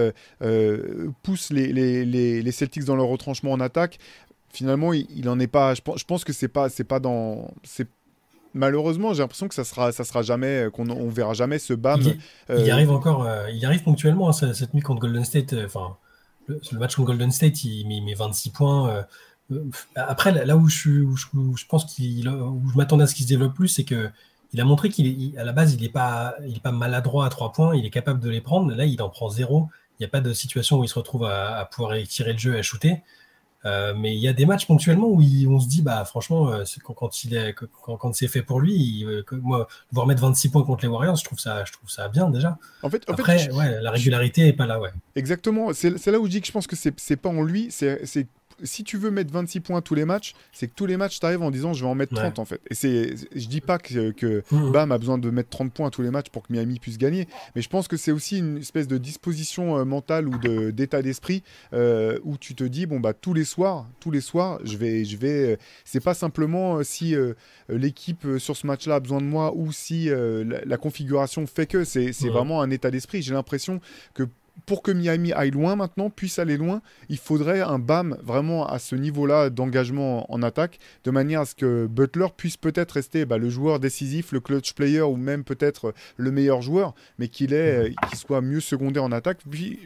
pousse les Celtics dans leur retranchement en attaque, finalement, il en est pas. Je pense que c'est pas dans. Malheureusement, j'ai l'impression que ça sera jamais, on verra jamais ce Bam. Il y arrive encore, il arrive ponctuellement, cette nuit contre Golden State. Le match contre Golden State, il met 26 points. Après, là où je pense où je m'attendais à ce qu'il se développe plus, c'est que il a montré qu'à la base, il est pas maladroit à 3 points, il est capable de les prendre. Là, il en prend 0. Il n'y a pas de situation où il se retrouve à pouvoir tirer le jeu et à shooter. Mais il y a des matchs ponctuellement où on se dit, bah franchement, quand c'est fait pour lui, moi, voir mettre 26 points contre les Warriors, je trouve ça bien déjà. Après, la régularité n'est pas là, ouais. Exactement. C'est là où je dis que je pense que c'est pas en lui, c'est si tu veux mettre 26 points tous les matchs, c'est que tous les matchs, tu arrives en disant je vais en mettre 30 en fait. Et je dis pas que Bam a besoin de mettre 30 points tous les matchs pour que Miami puisse gagner, mais je pense que c'est aussi une espèce de disposition mentale ou d'état d'esprit où tu te dis bon bah tous les soirs, je vais c'est pas simplement si l'équipe sur ce match-là a besoin de moi ou si la configuration fait que c'est vraiment un état d'esprit. J'ai l'impression que pour que Miami aille loin maintenant, puisse aller loin, il faudrait un Bam vraiment à ce niveau-là d'engagement en attaque, de manière à ce que Butler puisse peut-être rester le joueur décisif, le clutch player ou même peut-être le meilleur joueur, mais qu'il soit mieux secondé en attaque.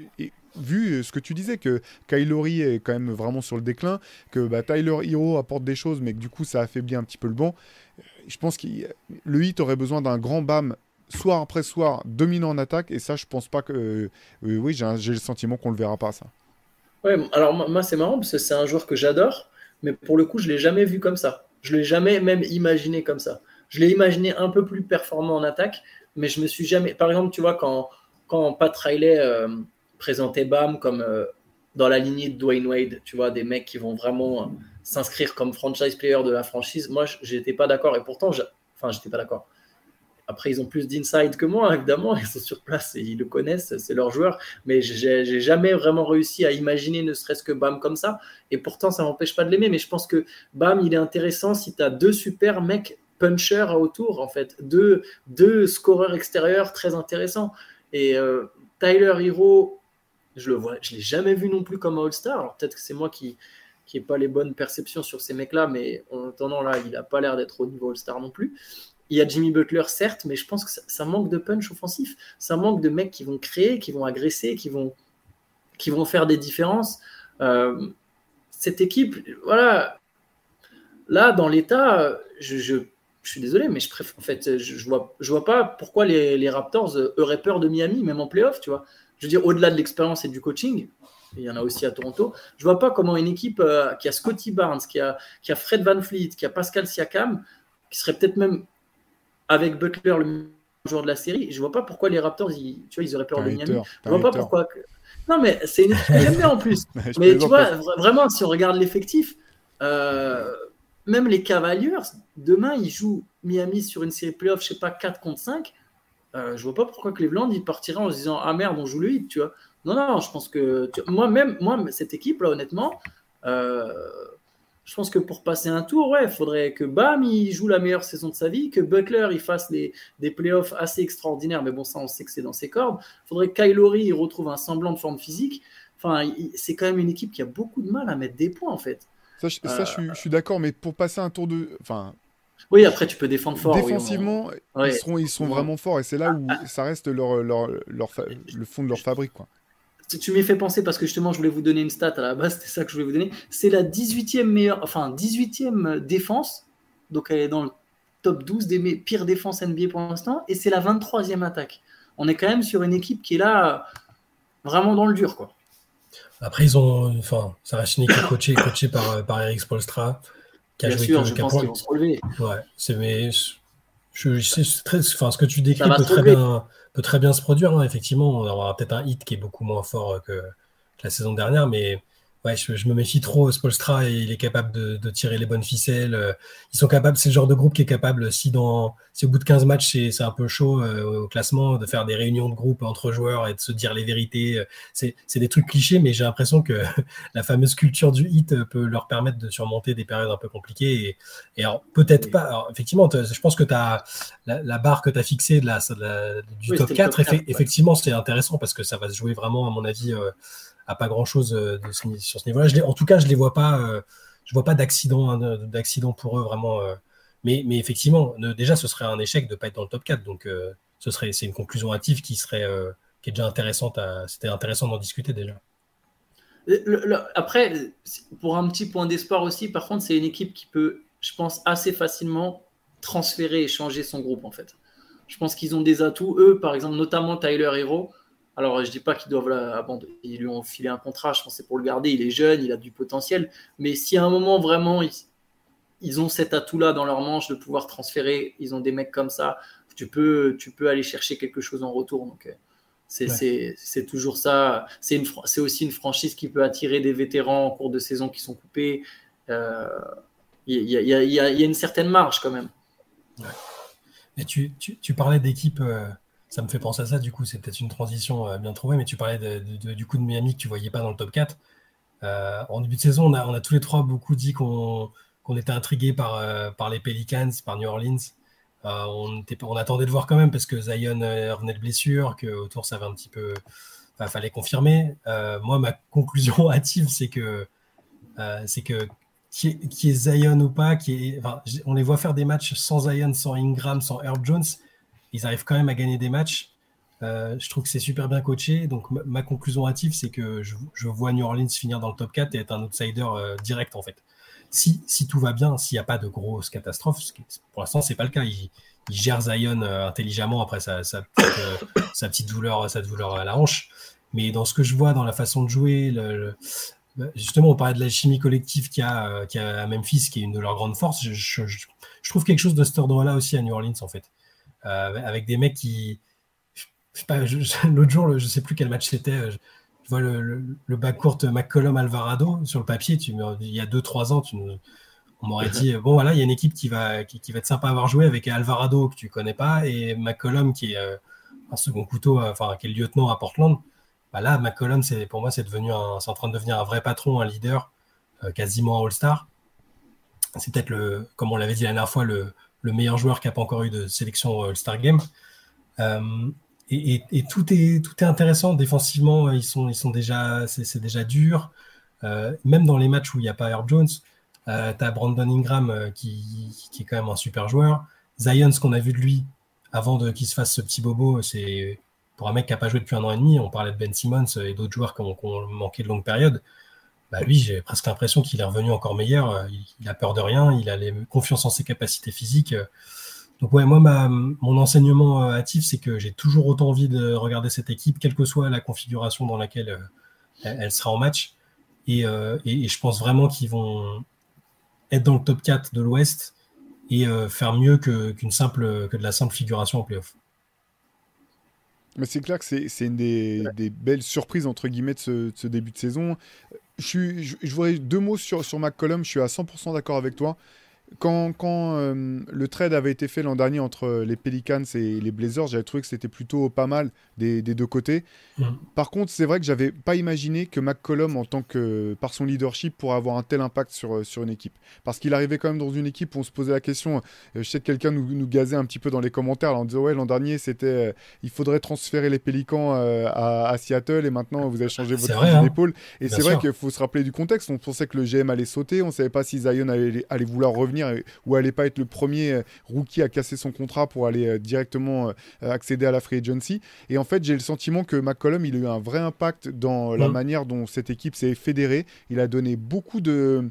Vu ce que tu disais, que Kyle Lowry est quand même vraiment sur le déclin, que Tyler Hero apporte des choses, mais que du coup ça affaiblit un petit peu le banc, je pense que le Heat aurait besoin d'un grand Bam soir après soir, dominant en attaque, et ça, je pense pas que... oui, j'ai le sentiment qu'on le verra pas, ça. Ouais, alors moi, c'est marrant, parce que c'est un joueur que j'adore, mais pour le coup, je l'ai jamais vu comme ça. Je l'ai jamais même imaginé comme ça. Je l'ai imaginé un peu plus performant en attaque, mais je me suis jamais... Par exemple, tu vois, quand Pat Riley présentait Bam comme dans la lignée de Dwayne Wade, tu vois, des mecs qui vont vraiment s'inscrire comme franchise player de la franchise, moi, j'étais pas d'accord, et pourtant, j'étais pas d'accord. Après, ils ont plus d'inside que moi, évidemment. Ils sont sur place et ils le connaissent, c'est leur joueur. Mais j'ai jamais vraiment réussi à imaginer ne serait-ce que Bam comme ça. Et pourtant, ça m'empêche pas de l'aimer. Mais je pense que Bam, il est intéressant si tu as 2 super mecs punchers autour, en fait. Deux scoreurs extérieurs très intéressants. Et Tyler Hero, je l'ai jamais vu non plus comme All-Star. Alors peut-être que c'est moi qui n'ai pas les bonnes perceptions sur ces mecs-là. Mais en attendant, là, il n'a pas l'air d'être au niveau All-Star non plus. Il y a Jimmy Butler, certes, mais je pense que ça manque de punch offensif. Ça manque de mecs qui vont créer, qui vont agresser, qui vont faire des différences. Cette équipe, voilà, là, dans l'état, je suis désolé, mais je vois pas pourquoi les Raptors auraient peur de Miami, même en playoff, tu vois. Je veux dire, au-delà de l'expérience et du coaching, il y en a aussi à Toronto, je vois pas comment une équipe qui a Scottie Barnes, qui a Fred VanVleet, qui a Pascal Siakam, qui serait peut-être même avec Butler, le meilleur joueur de la série, je vois pas pourquoi les Raptors, ils auraient peur de Miami. Je vois pas pourquoi. Non, mais c'est une équipe que j'aime bien en plus. Mais tu vois, vraiment, si on regarde l'effectif, même les Cavaliers, demain, ils jouent Miami sur une série playoff, je sais pas, 4 contre 5. Je vois pas pourquoi Cleveland, ils partiraient en se disant ah merde, on joue le Heat, tu vois. Non, je pense que moi, cette équipe là, honnêtement, je pense que pour passer un tour, il faudrait que Bam il joue la meilleure saison de sa vie, que Butler il fasse des playoffs assez extraordinaires, mais bon, ça on sait que c'est dans ses cordes. Il faudrait que Kyle Lowry il retrouve un semblant de forme physique. Enfin, c'est quand même une équipe qui a beaucoup de mal à mettre des points en fait. Ça, je suis d'accord, mais pour passer un tour de... Oui, après tu peux défendre fort. Défensivement, ils sont vraiment forts, et c'est là où ça reste le fond de leur fabrique, quoi. Tu m'y fais penser parce que justement, je voulais vous donner une stat à la base, c'était ça que je voulais vous donner. C'est la 18e défense, donc elle est dans le top 12 des pires défenses NBA pour l'instant, et c'est la 23e attaque. On est quand même sur une équipe qui est là vraiment dans le dur, quoi. Après, ça reste une équipe coachée par Eric Spoelstra, qui a joué. Bien sûr, je pense qu'ils vont se relever. Ouais, mais Ce que tu décris peut très bien se produire, hein. Effectivement, on aura peut-être un hit qui est beaucoup moins fort que la saison dernière, mais ouais, je me méfie trop. Spoelstra, il est capable de tirer les bonnes ficelles. Ils sont capables, c'est le genre de groupe qui est capable, si au bout de 15 matchs, c'est un peu chaud au classement, de faire des réunions de groupe entre joueurs et de se dire les vérités. C'est des trucs clichés, mais j'ai l'impression que la fameuse culture du hit peut leur permettre de surmonter des périodes un peu compliquées. Et alors, peut-être pas. Alors, effectivement, je pense que la barre que tu as fixée du top 4, effectivement, c'est intéressant parce que ça va se jouer vraiment, à mon avis, à pas grand chose sur ce niveau-là. En tout cas, je les vois pas. Je vois pas d'accident pour eux vraiment. Mais effectivement, déjà, ce serait un échec de pas être dans le top 4. Donc, c'est une conclusion hâtive qui est déjà intéressante. C'était intéressant d'en discuter déjà. Après, pour un petit point d'espoir aussi, par contre, c'est une équipe qui peut, je pense, assez facilement transférer et changer son groupe en fait. Je pense qu'ils ont des atouts. Eux, par exemple, notamment Tyler Hero. Alors, je ne dis pas qu'ils doivent l'abandonner. Ils lui ont filé un contrat, je pense que c'est pour le garder. Il est jeune, il a du potentiel. Mais si à un moment, vraiment, ils ont cet atout-là dans leur manche de pouvoir transférer, ils ont des mecs comme ça, tu peux aller chercher quelque chose en retour. Donc, c'est toujours ça. C'est aussi une franchise qui peut attirer des vétérans en cours de saison qui sont coupés. Il y a une certaine marge quand même. Ouais. Et tu parlais d'équipe... Ça me fait penser à ça, du coup, c'est peut-être une transition bien trouvée, mais tu parlais du coup de Miami que tu ne voyais pas dans le top 4. En début de saison, on a tous les trois beaucoup dit qu'on était intrigués par les Pelicans, par New Orleans. On attendait de voir quand même parce que Zion revenait de blessure, qu'autour ça avait un petit peu... fallait confirmer. Moi, ma conclusion hâtive, c'est que qui est Zion ou pas, on les voit faire des matchs sans Zion, sans Ingram, sans Herb Jones. Ils arrivent quand même à gagner des matchs. Je trouve que c'est super bien coaché. Donc, ma conclusion hâtive, c'est que je vois New Orleans finir dans le top 4 et être un outsider direct, en fait. Si tout va bien, s'il n'y a pas de grosses catastrophes, pour l'instant, ce n'est pas le cas. Il gère Zion intelligemment après sa petite douleur à la hanche. Mais dans ce que je vois, dans la façon de jouer, justement, on parlait de la chimie collective qu'il y a à Memphis, qui est une de leurs grandes forces. Je trouve quelque chose de cet ordre-là aussi à New Orleans, en fait. Avec des mecs qui... l'autre jour, je ne sais plus quel match c'était, je vois le backcourt McCollum-Alvarado sur le papier, il y a 2-3 ans, on m'aurait dit, bon voilà, il y a une équipe qui va être sympa à avoir joué avec Alvarado que tu ne connais pas et McCollum qui est un second couteau, qui est le lieutenant à Portland. Bah là, McCollum, pour moi, c'est en train de devenir un vrai patron, un leader, quasiment un All-Star. C'est peut-être, comme on l'avait dit la dernière fois, le meilleur joueur qui n'a pas encore eu de sélection All-Star Game. Et tout est intéressant. Défensivement, c'est déjà dur. Même dans les matchs où il n'y a pas Herb Jones, tu as Brandon Ingram qui est quand même un super joueur. Zion, ce qu'on a vu de lui avant qu'il se fasse ce petit bobo, c'est pour un mec qui n'a pas joué depuis 1 an et demi. On parlait de Ben Simmons et d'autres joueurs qui ont manqué de longue période. Bah lui, j'ai presque l'impression qu'il est revenu encore meilleur. Il a peur de rien, il a confiance en ses capacités physiques. Donc ouais, moi, mon enseignement hâtif, c'est que j'ai toujours autant envie de regarder cette équipe, quelle que soit la configuration dans laquelle elle sera en match. Et je pense vraiment qu'ils vont être dans le top 4 de l'Ouest et faire mieux que de la simple figuration en play-off. Mais c'est clair que c'est une des belles surprises, entre guillemets, de ce début de saison. Je voudrais 2 mots sur McCollum. Je suis à 100% d'accord avec toi. Quand le trade avait été fait l'an dernier entre les Pelicans et les Blazers, j'avais trouvé que c'était plutôt pas mal des 2 côtés. Par contre, c'est vrai que j'avais pas imaginé que McCollum, par son leadership, pourrait avoir un tel impact sur une équipe. Parce qu'il arrivait quand même dans une équipe où on se posait la question, je sais que quelqu'un nous gazait un petit peu dans les commentaires en disant ouais, l'an dernier c'était il faudrait transférer les Pélicans à Seattle et maintenant vous avez changé votre fusil d'épaule. Et bien c'est sûr. Vrai qu'il faut se rappeler du contexte. On pensait que le GM allait sauter, on savait pas si Zion allait vouloir revenir ou allait pas être le premier rookie à casser son contrat pour aller directement accéder à la free agency. Et en fait, j'ai le sentiment que McCollum, il a eu un vrai impact dans la manière dont cette équipe s'est fédérée. Il a donné beaucoup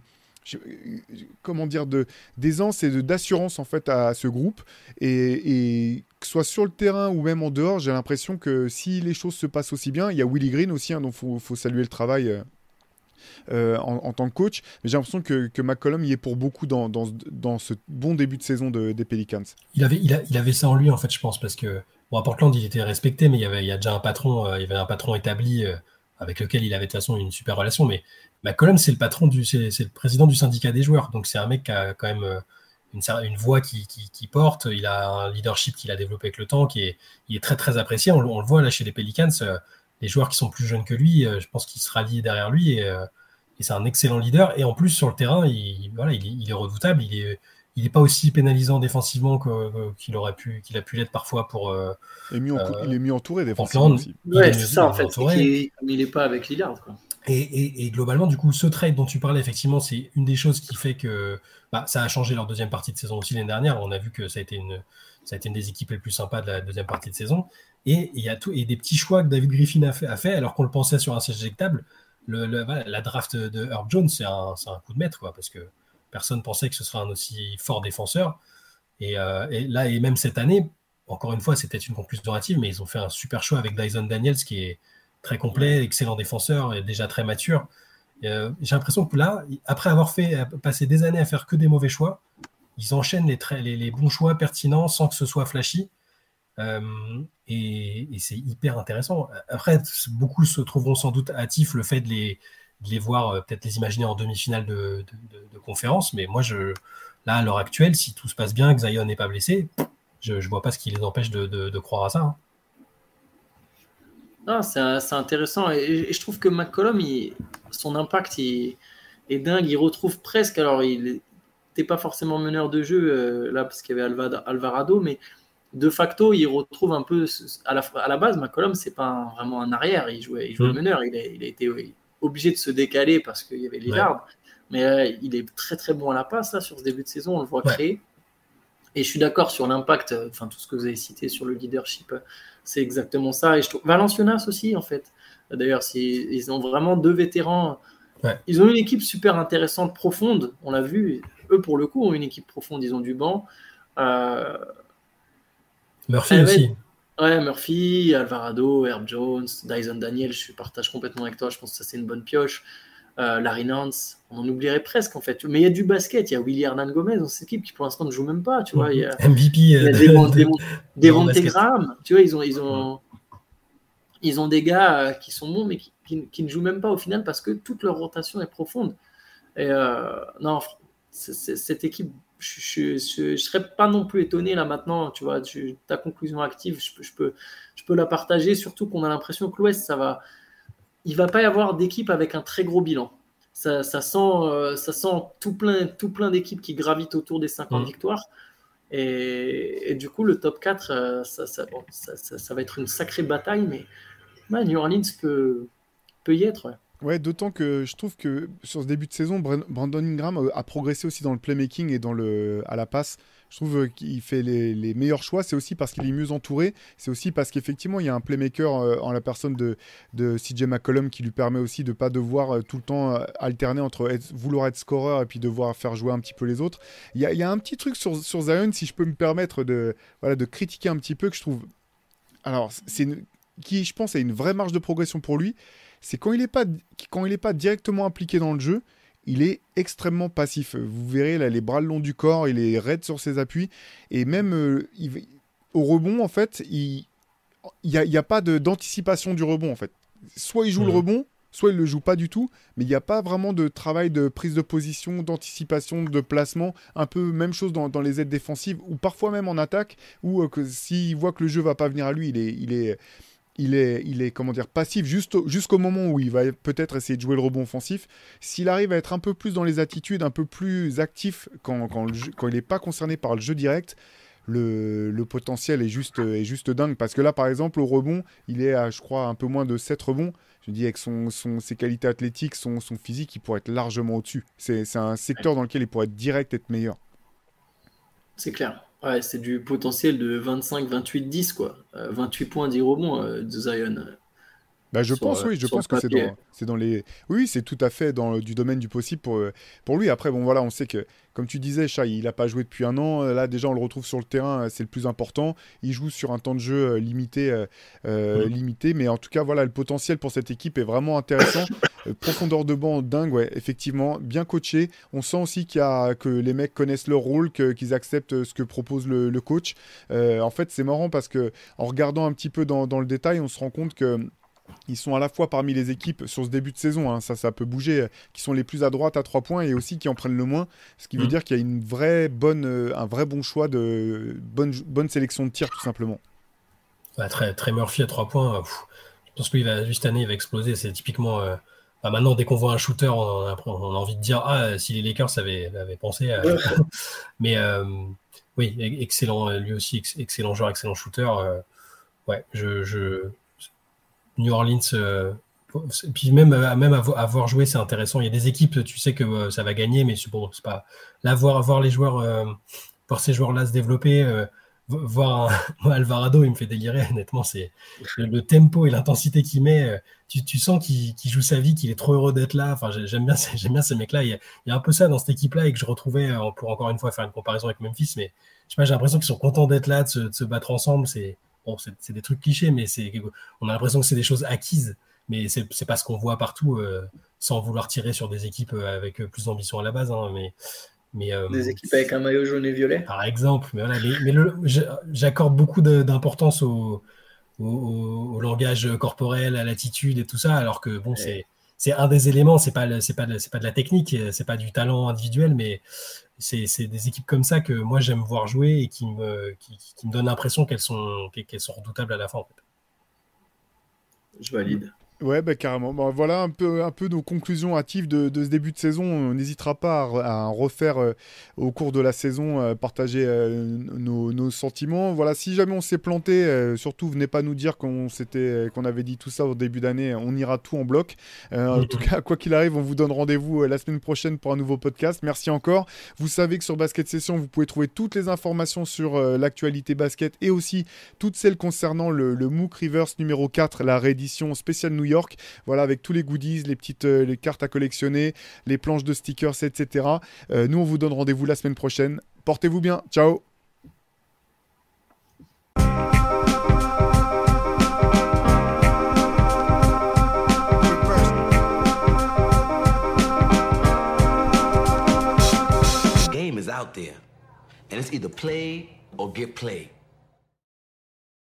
d'aisance et d'assurance en fait à ce groupe. Et que ce soit sur le terrain ou même en dehors, j'ai l'impression que si les choses se passent aussi bien, il y a Willie Green aussi, hein, dont faut saluer le travail en tant que coach. Mais j'ai l'impression que McCollum y est pour beaucoup dans ce bon début de saison des Pelicans. Il avait ça en lui, en fait, je pense, parce que à Portland, il était respecté, mais il y a déjà un patron, il y avait un patron établi avec lequel il avait de toute façon une super relation. Mais McCollum, c'est le président du syndicat des joueurs. Donc c'est un mec qui a quand même une voix qui porte. Il a un leadership qu'il a développé avec le temps, il est très très apprécié. On le voit là chez les Pelicans, les joueurs qui sont plus jeunes que lui, je pense qu'ils se rallient derrière lui et c'est un excellent leader. Et en plus sur le terrain, il est redoutable. Il n'est pas aussi pénalisant défensivement qu'il a pu l'être parfois pour. Il est mieux entouré défensivement aussi. Ouais, c'est ça en fait. Il n'est pas avec Lillard, quoi. Et globalement, du coup, ce trade dont tu parlais, effectivement, c'est une des choses qui fait que ça a changé leur deuxième partie de saison aussi l'année dernière. On a vu que ça a été une des équipes les plus sympas de la deuxième partie de saison. Et il y a des petits choix que David Griffin a fait alors qu'on le pensait sur un siège éjectable. La draft de Herb Jones, c'est un coup de maître, quoi, parce que personne pensait que ce serait un aussi fort défenseur. Et là, et même cette année, encore une fois, c'était une conclusion hâtive, mais ils ont fait un super choix avec Dyson Daniels qui est très complet, excellent défenseur et déjà très mature. J'ai l'impression que là, après avoir passé des années à faire que des mauvais choix, ils enchaînent les bons choix pertinents sans que ce soit flashy. Et c'est hyper intéressant. Après, beaucoup se trouveront sans doute hâtifs le fait de les voir, peut-être les imaginer en demi-finale de conférence. Mais moi, là, à l'heure actuelle, si tout se passe bien, que Zion n'est pas blessé, je ne vois pas ce qui les empêche de croire à ça. Hein. Ah, c'est intéressant. Et je trouve que McCollum, son impact est dingue. Il retrouve presque. Alors, il n'était pas forcément meneur de jeu là, parce qu'il y avait Alvarado, mais de facto, il retrouve un peu. À la base, McCollum, c'est pas vraiment un arrière. Il jouait meneur. Il a été obligé de se décaler parce qu'il y avait Lillard. Ouais. Mais il est très très bon à la passe là, sur ce début de saison. On le voit créer. Et je suis d'accord sur l'impact, tout ce que vous avez cité sur le leadership, c'est exactement ça. Et je trouve Valanciunas aussi, en fait. D'ailleurs, ils ont vraiment deux vétérans. Ouais. Ils ont une équipe super intéressante, profonde. On l'a vu. Eux, pour le coup, ont une équipe profonde. Ils ont du banc. Murphy aussi. Ouais, Murphy, Alvarado, Herb Jones, Dyson Daniels. Je partage complètement avec toi. Je pense que ça, c'est une bonne pioche. Larry Nance, on en oublierait presque en fait. Mais il y a du basket, il y a Willy Hernan Gomez dans cette équipe qui pour l'instant ne joue même pas, tu vois. Il y a MVP, il y a Devonte Graham, tu vois, ils ont des gars qui sont bons mais qui ne jouent même pas au final parce que toute leur rotation est profonde. Et non, cette équipe, je serais pas non plus étonné là maintenant, tu vois, ta conclusion active, je peux la partager, surtout qu'on a l'impression que l'Ouest, il ne va pas y avoir d'équipe avec un très gros bilan. Ça sent tout plein d'équipes qui gravitent autour des 50 victoires. Et du coup, le top 4, ça va être une sacrée bataille. Mais New Orleans peut y être. Ouais, d'autant que je trouve que sur ce début de saison, Brandon Ingram a progressé aussi dans le playmaking et à la passe. Je trouve qu'il fait les meilleurs choix. C'est aussi parce qu'il est mieux entouré. C'est aussi parce qu'effectivement, il y a un playmaker en la personne de CJ McCollum qui lui permet aussi de ne pas devoir tout le temps alterner entre vouloir être scoreur et puis devoir faire jouer un petit peu les autres. Il y a un petit truc sur Zion, si je peux me permettre de critiquer un petit peu, que je trouve... Alors, qui, je pense, a une vraie marge de progression pour lui. C'est quand il n'est pas directement impliqué dans le jeu, il est extrêmement passif. Vous verrez, là, les bras le long du corps, il est raide sur ses appuis. Et même au rebond, en fait, il n'y a pas d'anticipation du rebond, en fait. Soit il joue le rebond, soit il ne le joue pas du tout, mais il n'y a pas vraiment de travail de prise de position, d'anticipation, de placement. Un peu même chose dans les aides défensives, ou parfois même en attaque, où s'il voit que le jeu ne va pas venir à lui, il est comment dire, passif jusqu'au moment où il va peut-être essayer de jouer le rebond offensif. S'il arrive à être un peu plus dans les attitudes, un peu plus actif quand il n'est pas concerné par le jeu direct, le potentiel est juste dingue. Parce que là, par exemple, au rebond, il est à, je crois, un peu moins de 7 rebonds. Je dis, avec ses qualités athlétiques, son physique, il pourrait être largement au-dessus. C'est un secteur dans lequel il pourrait être direct, être meilleur. C'est clair. Ouais, c'est du potentiel de 25, 28, 10, quoi. 28 points, 10 rebonds de Zion. Bah, je pense que c'est dans les. Oui, c'est tout à fait du domaine du possible pour lui. Après, bon, voilà, on sait que, comme tu disais, Shai, il n'a pas joué depuis un an. Là, déjà, on le retrouve sur le terrain, c'est le plus important. Il joue sur un temps de jeu limité, mais en tout cas, voilà, le potentiel pour cette équipe est vraiment intéressant. Profondeur de banc dingue, ouais, effectivement, bien coaché. On sent aussi que les mecs connaissent leur rôle, qu'ils acceptent ce que propose le coach. En fait, c'est marrant parce que en regardant un petit peu dans le détail, on se rend compte que ils sont à la fois parmi les équipes sur ce début de saison, hein, ça peut bouger, qui sont les plus à droite à 3 points et aussi qui en prennent le moins, ce qui veut dire qu'il y a un vrai bon choix de bonne sélection de tirs tout simplement. Ouais, très Murphy à 3 points, je pense que cette année il va exploser, c'est typiquement... maintenant, dès qu'on voit un shooter, on a envie de dire si les Lakers avaient pensé à... Mais oui, excellent, lui aussi, excellent joueur, excellent shooter. Ouais, New Orleans, puis même avoir joué, c'est intéressant. Il y a des équipes, tu sais que ça va gagner, mais c'est pas là voir les joueurs, voir ces joueurs-là se développer. Voir Alvarado, il me fait délirer. Honnêtement, c'est le tempo et l'intensité qu'il met. Tu sens qu'il joue sa vie, qu'il est trop heureux d'être là. Enfin, j'aime bien ces mecs-là. Il y a un peu ça dans cette équipe-là et que je retrouvais pour encore une fois faire une comparaison avec Memphis. Mais je sais pas, j'ai l'impression qu'ils sont contents d'être là, de se battre ensemble. C'est des trucs clichés, mais on a l'impression que c'est des choses acquises, mais c'est pas ce qu'on voit partout, sans vouloir tirer sur des équipes avec plus d'ambition à la base. Hein, mais des équipes avec un maillot jaune et violet. Par exemple, mais voilà, j'accorde beaucoup d'importance au langage corporel, à l'attitude et tout ça, alors que bon, c'est un des éléments, c'est pas de la technique, c'est pas du talent individuel, mais c'est des équipes comme ça que moi j'aime voir jouer et qui me donnent l'impression qu'elles sont redoutables à la fin en fait. Je valide. Ouais, bah, carrément. Bon, voilà un peu nos conclusions hâtives de ce début de saison. On n'hésitera pas à en refaire au cours de la saison, partager nos sentiments. Voilà, si jamais on s'est planté, surtout venez pas nous dire qu'on avait dit tout ça au début d'année. On ira tout en bloc. En tout cas, quoi qu'il arrive, on vous donne rendez-vous la semaine prochaine pour un nouveau podcast. Merci encore. Vous savez que sur Basket Session, vous pouvez trouver toutes les informations sur l'actualité basket et aussi toutes celles concernant le MOOC Rivers numéro 4, la réédition spéciale New York, voilà, avec tous les goodies, les cartes à collectionner, les planches de stickers, etc. Nous, on vous donne rendez-vous la semaine prochaine. Portez-vous bien. Ciao. The game is out there, and it's either play or get played.